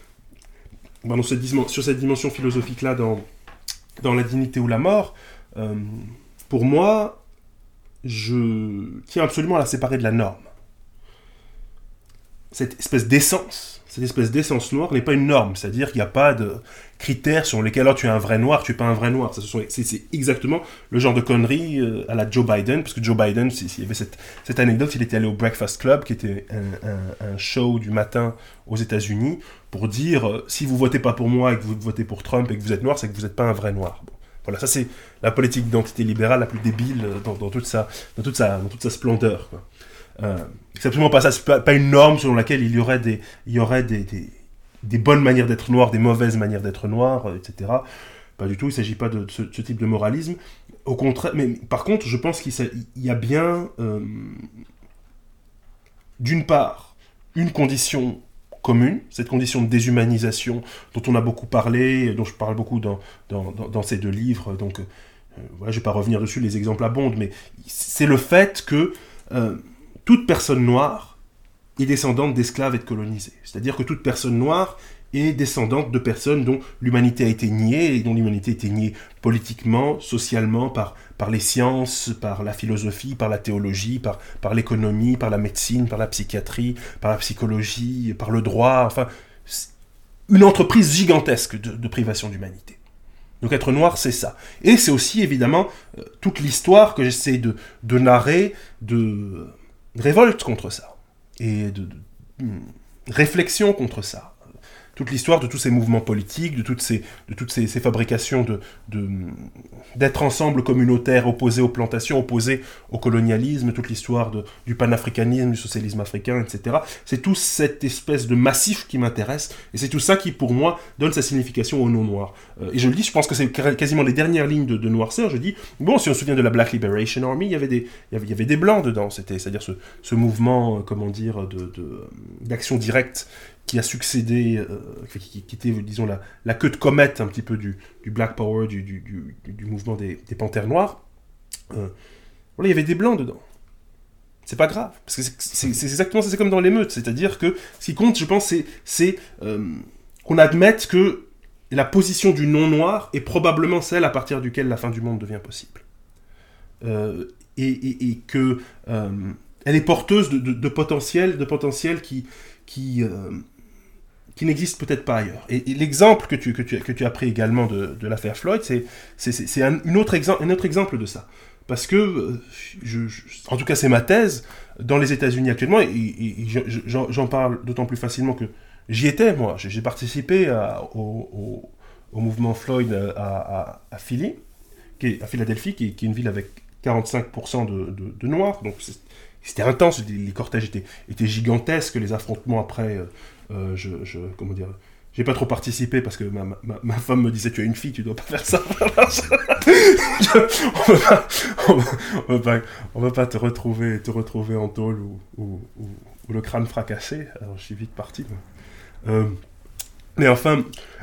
cette dimension philosophique-là dans la dignité ou la mort. Pour moi, je tiens absolument à la séparer de la norme. Cette espèce d'essence noire n'est pas une norme, c'est-à-dire qu'il n'y a pas de critères sur lesquels tu es un vrai noir, tu n'es pas un vrai noir. C'est exactement le genre de conneries à la Joe Biden, parce que Joe Biden, il y avait cette anecdote, il était allé au Breakfast Club, qui était un show du matin aux États-Unis, pour dire si vous votez pas pour moi et que vous votez pour Trump et que vous êtes noir, c'est que vous n'êtes pas un vrai noir. Bon. Voilà, ça c'est la politique d'identité libérale la plus débile dans toute sa splendeur, quoi. C'est absolument pas ça, c'est pas une norme selon laquelle il y aurait des bonnes manières d'être noir, des mauvaises manières d'être noir, etc. Pas du tout, il ne s'agit pas de ce type de moralisme. Au contraire, mais par contre, je pense qu'il y a bien, d'une part, une condition commune, cette condition de déshumanisation dont on a beaucoup parlé, dont je parle beaucoup dans ces deux livres, donc voilà, je ne vais pas revenir dessus, les exemples abondent, mais c'est le fait que toute personne noire est descendante d'esclaves et de colonisés. C'est-à-dire que toute personne noire est descendante de personnes dont l'humanité a été niée, et dont l'humanité a été niée politiquement, socialement, par les sciences, par la philosophie, par la théologie, par l'économie, par la médecine, par la psychiatrie, par la psychologie, par le droit, enfin, une entreprise gigantesque de privation d'humanité. Donc être noir, c'est ça. Et c'est aussi, évidemment, toute l'histoire que j'essaie de narrer, de révolte contre ça, et de réflexion contre ça. Toute l'histoire de tous ces mouvements politiques, de toutes ces fabrications d'être ensemble communautaire, opposé aux plantations, opposé au colonialisme, toute l'histoire du panafricanisme, du socialisme africain, etc. C'est tout cette espèce de massif qui m'intéresse, et c'est tout ça qui, pour moi, donne sa signification au non-noir. Et je le dis, je pense que c'est quasiment les dernières lignes de Noirceur, je dis, bon, si on se souvient de la Black Liberation Army, il y avait des blancs dedans, c'est-à-dire ce mouvement, d'action directe, qui a succédé, qui était, disons, la queue de comète un petit peu du Black Power, du mouvement des Panthères Noires. Voilà, il y avait des blancs dedans. C'est pas grave, parce que c'est exactement ça, c'est comme dans l'émeute, c'est-à-dire que ce qui compte, je pense, c'est qu'on admette que la position du non-noir est probablement celle à partir duquel la fin du monde devient possible. Et que elle est porteuse de potentiel qui n'existe peut-être pas ailleurs. Et l'exemple que tu as pris également de l'affaire Floyd, c'est un autre exemple de ça. Parce que, en tout cas c'est ma thèse, dans les États-Unis actuellement, et j'en parle d'autant plus facilement que j'y étais, moi. J'ai participé au mouvement Floyd à Philly, à Philadelphie, qui est une ville avec 45% de noirs, donc c'était intense, les cortèges étaient gigantesques, les affrontements après, comment dire, j'ai pas trop participé parce que ma femme me disait tu es une fille, tu dois pas faire ça. on va pas te retrouver en tôle ou le crâne fracassé. Alors je suis vite parti. Mais enfin,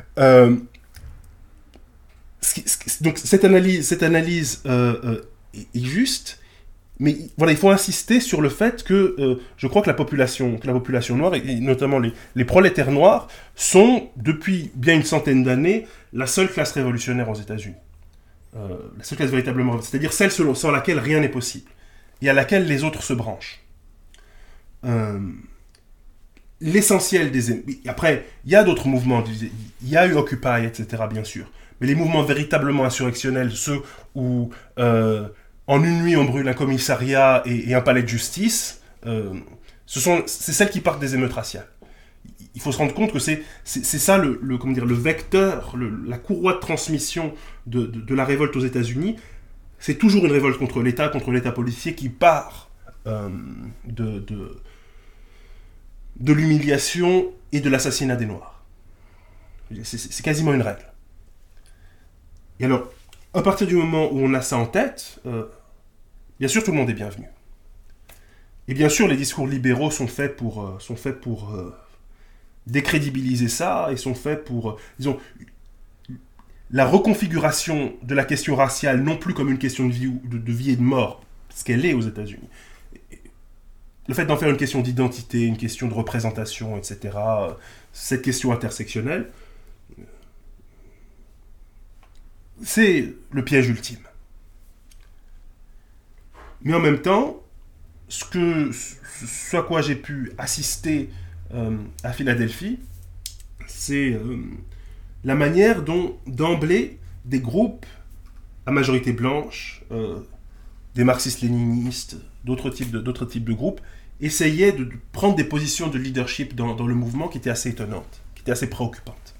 donc cette analyse est juste. Mais voilà, il faut insister sur le fait que je crois que la population noire, et notamment les prolétaires noirs, sont, depuis bien une centaine d'années, la seule classe révolutionnaire aux États-Unis. La seule classe véritablement, c'est-à-dire celle sans laquelle rien n'est possible, et à laquelle les autres se branchent. l'essentiel des... Après, il y a d'autres mouvements, il y a eu Occupy, etc., bien sûr. Mais les mouvements véritablement insurrectionnels, ceux où en une nuit on brûle un commissariat et un palais de justice, c'est celles qui partent des émeutes raciales. Il faut se rendre compte que c'est ça le vecteur, la courroie de transmission de la révolte aux États-Unis. C'est toujours une révolte contre l'État policier qui part de l'humiliation et de l'assassinat des Noirs. C'est quasiment une règle. Et alors, à partir du moment où on a ça en tête, bien sûr tout le monde est bienvenu. Et bien sûr les discours libéraux sont faits pour décrédibiliser ça, et sont faits pour, disons, la reconfiguration de la question raciale, non plus comme une question de vie et de mort, ce qu'elle est aux États-Unis. Le fait d'en faire une question d'identité, une question de représentation, etc., cette question intersectionnelle, c'est le piège ultime. Mais en même temps, ce à quoi j'ai pu assister à Philadelphie, c'est la manière dont, d'emblée, des groupes à majorité blanche, des marxistes-léninistes, d'autres types de groupes, essayaient de prendre des positions de leadership dans le mouvement qui étaient assez étonnantes, qui étaient assez préoccupantes.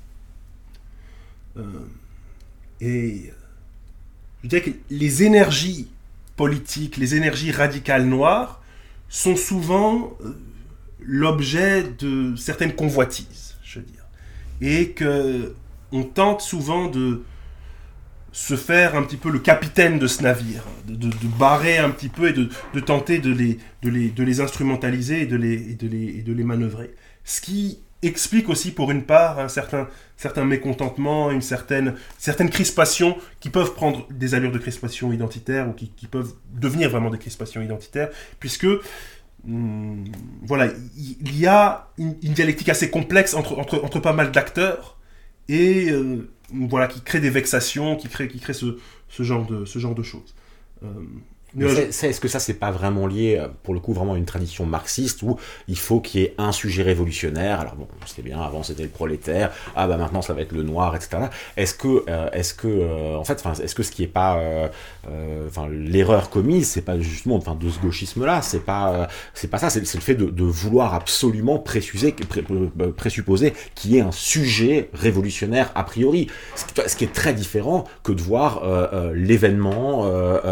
Et je dirais que les énergies politiques, les énergies radicales noires sont souvent l'objet de certaines convoitises, je veux dire. Et qu'on tente souvent de se faire un petit peu le capitaine de ce navire, de barrer un petit peu et de tenter de les instrumentaliser et de les manœuvrer. Ce qui explique aussi pour une part un certain mécontentement, une certaine crispation qui peuvent prendre des allures de crispation identitaire ou qui peuvent devenir vraiment des crispations identitaires, puisque voilà, il y a une dialectique assez complexe entre pas mal d'acteurs et voilà, qui crée des vexations, qui crée ce genre de choses. Est-ce que ça, c'est pas vraiment lié, pour le coup, vraiment à une tradition marxiste où il faut qu'il y ait un sujet révolutionnaire? Alors bon, c'était bien, avant c'était le prolétaire, maintenant ça va être le noir, etc. Est-ce que ce qui est pas, l'erreur commise, c'est pas justement, de ce gauchisme-là, c'est pas ça, c'est le fait de vouloir absolument présupposer qu'il y ait un sujet révolutionnaire a priori, ce qui est très différent que de voir l'événement,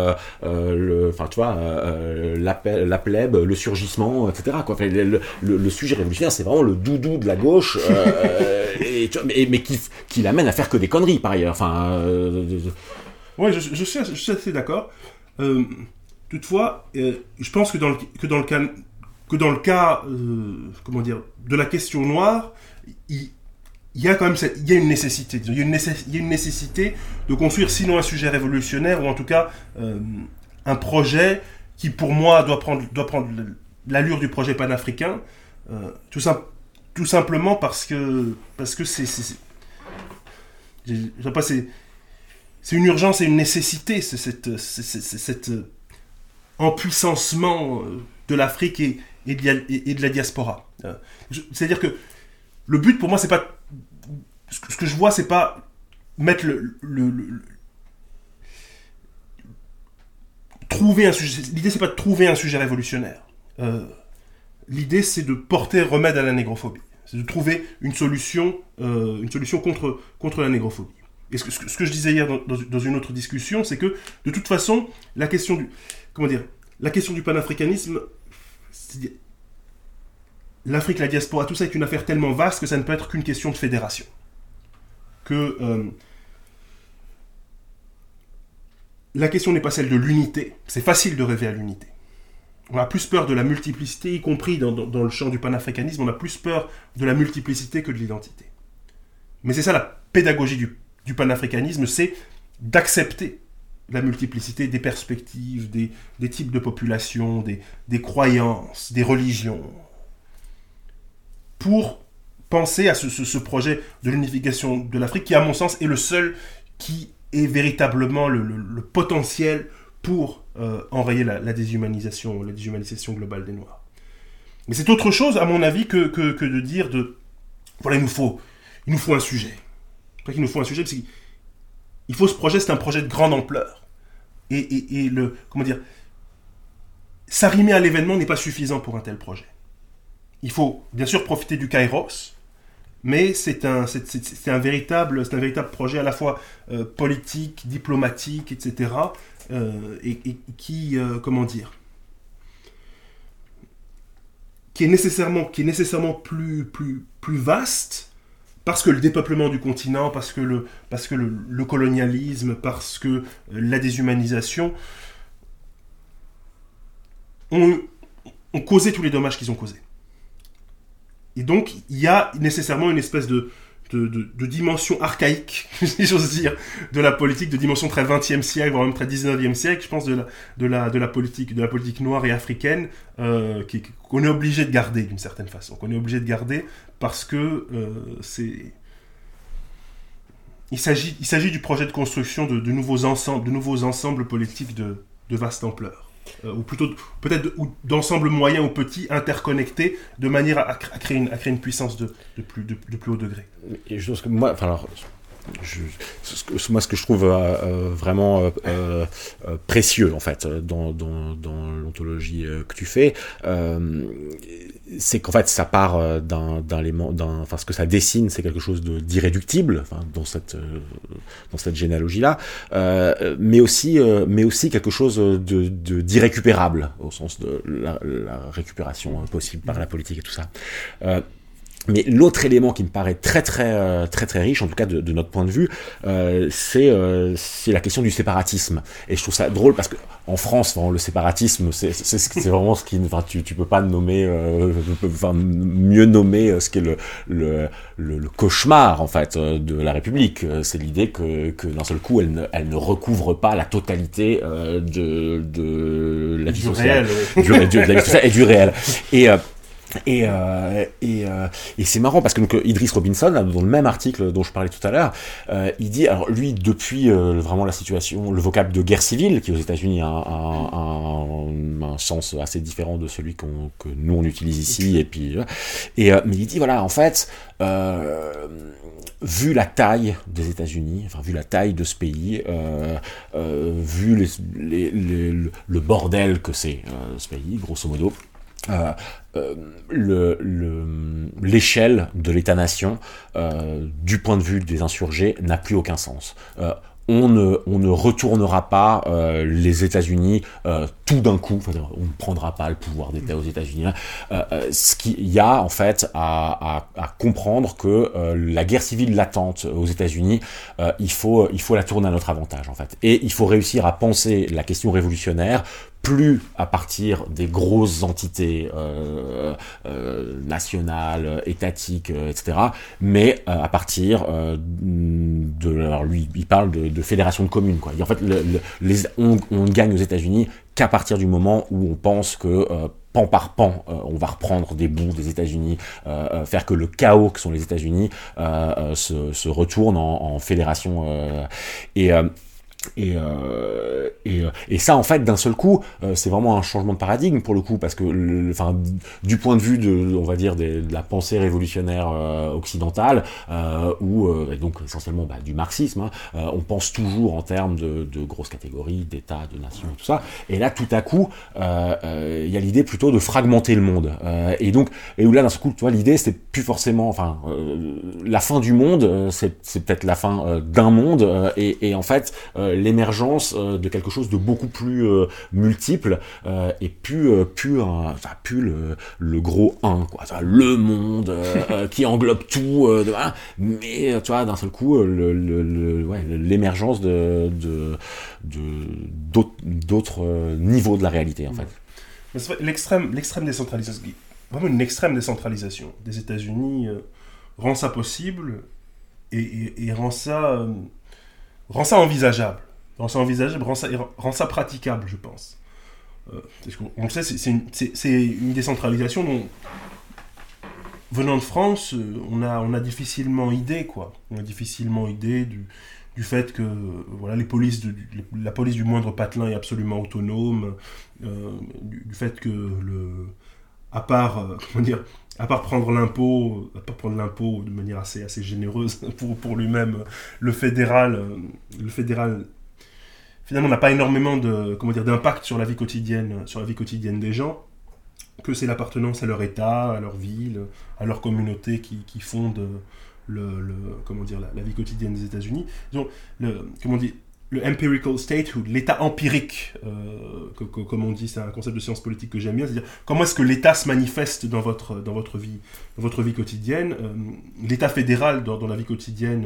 la plèbe, le surgissement, etc. Quoi. Enfin, le sujet révolutionnaire, c'est vraiment le doudou de la gauche, mais qui l'amène à faire que des conneries, par ailleurs. Oui, je suis assez d'accord. Toutefois, je pense que dans le cas de la question noire, il y a quand même une nécessité. Il y a une nécessité de construire sinon un sujet révolutionnaire, ou en tout cas un projet qui, pour moi, doit prendre l'allure du projet panafricain, tout simplement parce que c'est une urgence et une nécessité, c'est cet empuissancement de l'Afrique et de la diaspora. C'est-à-dire que le but, pour moi, c'est pas... Ce que je vois, c'est pas mettre trouver un sujet. L'idée, c'est pas de trouver un sujet révolutionnaire. L'idée, c'est de porter remède à la négrophobie. C'est de trouver une solution contre la négrophobie. Et ce que je disais hier dans une autre discussion, c'est que, de toute façon, la question du panafricanisme, c'est-à-dire, l'Afrique, la diaspora, tout ça est une affaire tellement vaste que ça ne peut être qu'une question de fédération. La question n'est pas celle de l'unité. C'est facile de rêver à l'unité. On a plus peur de la multiplicité, y compris dans le champ du panafricanisme, on a plus peur de la multiplicité que de l'identité. Mais c'est ça la pédagogie du panafricanisme, c'est d'accepter la multiplicité des perspectives, des types de populations, des croyances, des religions, pour penser à ce projet de l'unification de l'Afrique qui, à mon sens, est le seul qui ait véritablement le potentiel pour enrayer la déshumanisation globale des Noirs. Mais c'est autre chose, à mon avis, que de dire voilà, il nous faut un sujet. Pas qu'il nous faut un sujet, parce qu'il faut ce projet, c'est un projet de grande ampleur. Et s'arrimer à l'événement n'est pas suffisant pour un tel projet. Il faut bien sûr profiter du kairos, mais c'est un véritable projet à la fois politique, diplomatique, etc. Qui est nécessairement plus vaste, parce que le dépeuplement du continent, parce que le colonialisme, parce que la déshumanisation ont causé tous les dommages qu'ils ont causés. Et donc, il y a nécessairement une espèce de dimension archaïque, si j'ose dire, de la politique, de dimension très 20e siècle, voire même très 19e siècle, je pense, de la politique noire et africaine, qu'on est obligé de garder, d'une certaine façon. Qu'on est obligé de garder parce que il s'agit du projet de construction de nouveaux ensembles politiques de vaste ampleur. Ou plutôt peut-être d'ensemble moyen ou petit interconnectés de manière à créer une puissance de plus haut degré. Et je pense que moi, ce que je trouve vraiment précieux en fait dans l'ontologie que tu fais, c'est qu'en fait ça part ce que ça dessine, c'est quelque chose d'irréductible, dans cette généalogie là, mais aussi quelque chose d'irrécupérable au sens de la récupération possible par la politique et tout ça. Mais l'autre élément qui me paraît très riche, en tout cas de notre point de vue, c'est la question du séparatisme. Et je trouve ça drôle parce que en France, le séparatisme, c'est vraiment ce qui, tu peux pas nommer, mieux nommer ce qui est le cauchemar en fait de la République. C'est l'idée que d'un seul coup, elle ne recouvre pas la totalité de la vie sociale, de la vie sociale et du réel. Et c'est marrant parce que donc, Idriss Robinson, là, dans le même article dont je parlais tout à l'heure, il dit, alors lui, depuis vraiment la situation, le vocable de guerre civile, qui aux États-Unis a un sens assez différent de celui que nous on utilise ici, mais il dit voilà, en fait, vu la taille des États-Unis, vu la taille de ce pays, vu le bordel que c'est ce pays, grosso modo. L'échelle de l'État-nation du point de vue des insurgés n'a plus aucun sens. On ne retournera pas les États-Unis tout d'un coup. On ne prendra pas le pouvoir d'État aux États-Unis. Ce qu'il y a en fait à comprendre que la guerre civile latente aux États-Unis, il faut la tourner à notre avantage en fait. Et il faut réussir à penser la question révolutionnaire plus à partir des grosses entités nationales, étatiques, etc., mais à partir alors lui, il parle de fédération de communes, quoi. Et en fait, on gagne aux États-Unis qu'à partir du moment où on pense que pan par pan, on va reprendre des bouts des États-Unis, faire que le chaos que sont les États-Unis se retourne en fédération et ça en fait d'un seul coup c'est vraiment un changement de paradigme pour le coup parce que du point de vue on va dire de la pensée révolutionnaire occidentale et donc essentiellement du marxisme, on pense toujours en termes de grosses catégories, d'États, de nations, tout ça, et là tout à coup il y a l'idée plutôt de fragmenter le monde et où là d'un seul coup tu vois l'idée c'est plus forcément la fin du monde, c'est peut-être la fin d'un monde et en fait l'émergence de quelque chose de beaucoup plus multiple et plus le gros un, quoi, le monde qui englobe tout, mais tu vois d'un seul coup l'émergence d'autres niveaux de la réalité en fait. C'est vrai, l'extrême décentralisation, vraiment une extrême décentralisation des États-Unis rend ça possible et rend ça envisageable. Rend ça praticable, je pense. Parce qu'on le sait, c'est une décentralisation dont, venant de France, on a difficilement idée, quoi. On a difficilement idée du fait que la police du moindre patelin est absolument autonome, du fait que à part à part prendre l'impôt de manière assez généreuse pour lui-même, le fédéral finalement n'a pas énormément d'impact sur la vie quotidienne des gens, que c'est l'appartenance à leur État, à leur ville, à leur communauté qui fonde la vie quotidienne des États-Unis. Donc, le empirical statehood, l'état empirique, comme on dit, c'est un concept de science politique que j'aime bien, c'est-à-dire comment est-ce que l'État se manifeste dans votre vie quotidienne. L'État fédéral dans la vie quodienne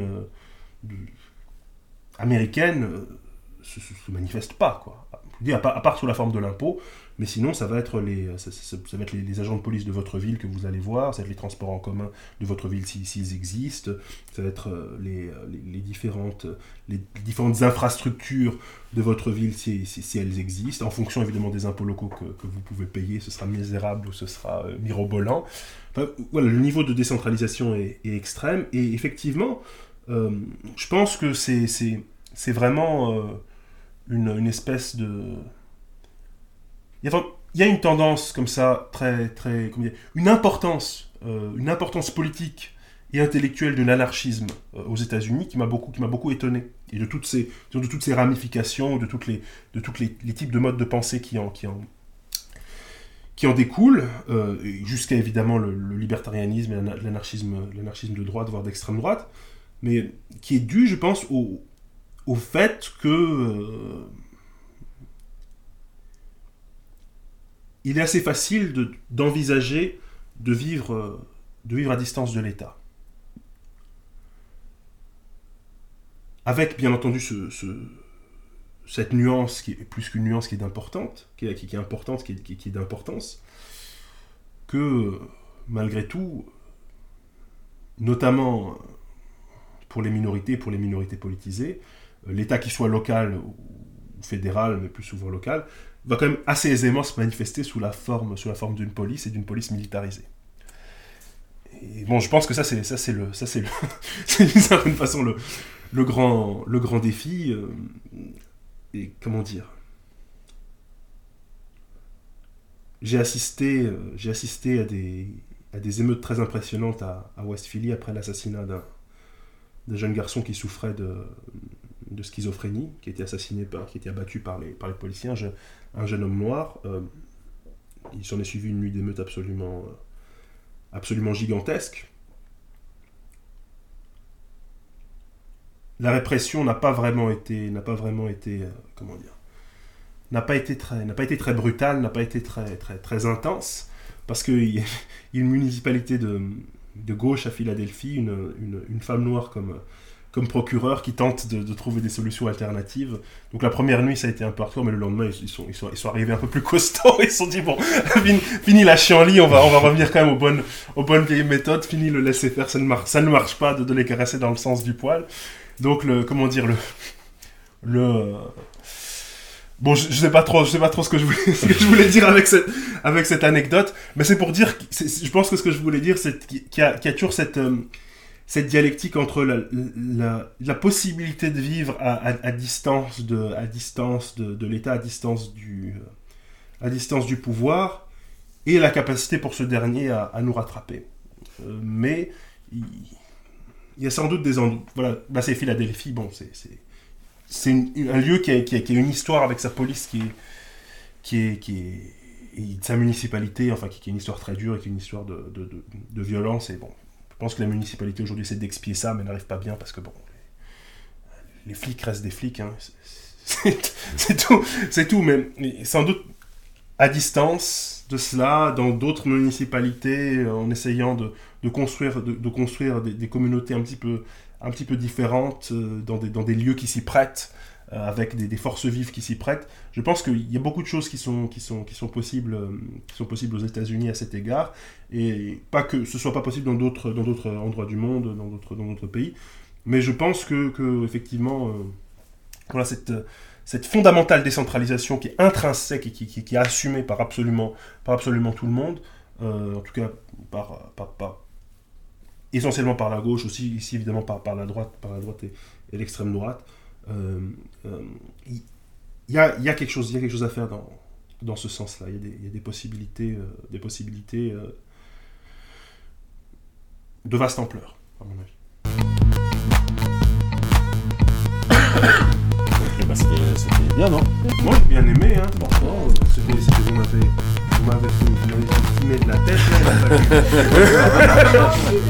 américaine se manifeste pas, quoi. À part sous la forme de l'impôt, mais sinon ça va être les agents de police de votre ville que vous allez voir, ça va être les transports en commun de votre ville s'ils existent, ça va être les différentes infrastructures de votre ville si elles existent, en fonction évidemment des impôts locaux que vous pouvez payer, ce sera misérable ou ce sera mirobolant. Enfin, voilà, le niveau de décentralisation est extrême, et effectivement, je pense que c'est vraiment une espèce de... Il y a une tendance comme ça, une importance politique et intellectuelle de l'anarchisme aux États-Unis qui m'a beaucoup étonné, et de toutes ces ramifications, de tous les types de modes de pensée qui en découlent, jusqu'à évidemment le libertarianisme et l'anarchisme de droite, voire d'extrême droite, mais qui est dû, je pense, au fait que il est assez facile d'envisager de vivre à distance de l'État. Avec, bien entendu, cette nuance qui est plus qu'une nuance, qui est d'importante, qui est importante, qui est d'importance, que, malgré tout, notamment pour les minorités politisées, l'État, qui soit local ou fédéral, mais plus souvent local, va quand même assez aisément se manifester sous la forme d'une police, et d'une police militarisée. Et bon, je pense que ça c'est d'une certaine façon le grand défi. Et comment dire, j'ai assisté à des émeutes très impressionnantes à West Philly après l'assassinat d'un jeune garçon qui souffrait de schizophrénie, qui était abattu par les policiers, un jeune homme noir. Il s'en est suivi une nuit d'émeute absolument gigantesque. La répression n'a pas été très brutale, n'a pas été très intense, parce qu'il y a une municipalité de gauche à Philadelphie, une femme noire comme procureur, qui tente de trouver des solutions alternatives. Donc la première nuit ça a été un peu hardcore, mais le lendemain ils sont arrivés un peu plus costauds. Ils se sont dit bon, fini la chienlit, on va revenir quand même aux bonnes vieilles méthodes, fini le laisser faire, ça ne marche pas de les caresser dans le sens du poil. Donc bon, je sais pas trop ce que je voulais dire avec cette anecdote, mais c'est pour dire, je pense que ce que je voulais dire, c'est qu'il y a toujours cette dialectique entre la possibilité de vivre à distance de l'État, à distance du pouvoir, et la capacité pour ce dernier à nous rattraper. Mais il y a sans doute des endroits... Voilà, c'est Philadelphie, bon, c'est un lieu qui a une histoire avec sa police et sa municipalité, enfin qui est une histoire très dure, et qui est une histoire de violence, et bon, je pense que la municipalité aujourd'hui essaie d'expier ça, mais n'arrive pas bien, parce que bon, les flics restent des flics, hein, c'est tout, mais sans doute à distance de cela, dans d'autres municipalités, en essayant de construire des communautés un petit peu différentes, dans des lieux qui s'y prêtent, avec des forces vives qui s'y prêtent. Je pense qu'il y a beaucoup de choses qui sont possibles aux États-Unis à cet égard, et pas que ce soit pas possible dans d'autres endroits du monde, dans d'autres pays, mais je pense que effectivement, voilà, cette fondamentale décentralisation qui est intrinsèque et qui est assumée par absolument tout le monde, en tout cas essentiellement par la gauche, aussi ici évidemment par la droite et l'extrême droite. Il y a quelque chose à faire dans ce sens-là. Il y a des possibilités, de vaste ampleur, à mon avis. C'était bien, non? Moi, j'ai bien aimé, hein. Bon. Vous m'avez filmé de la tête, là.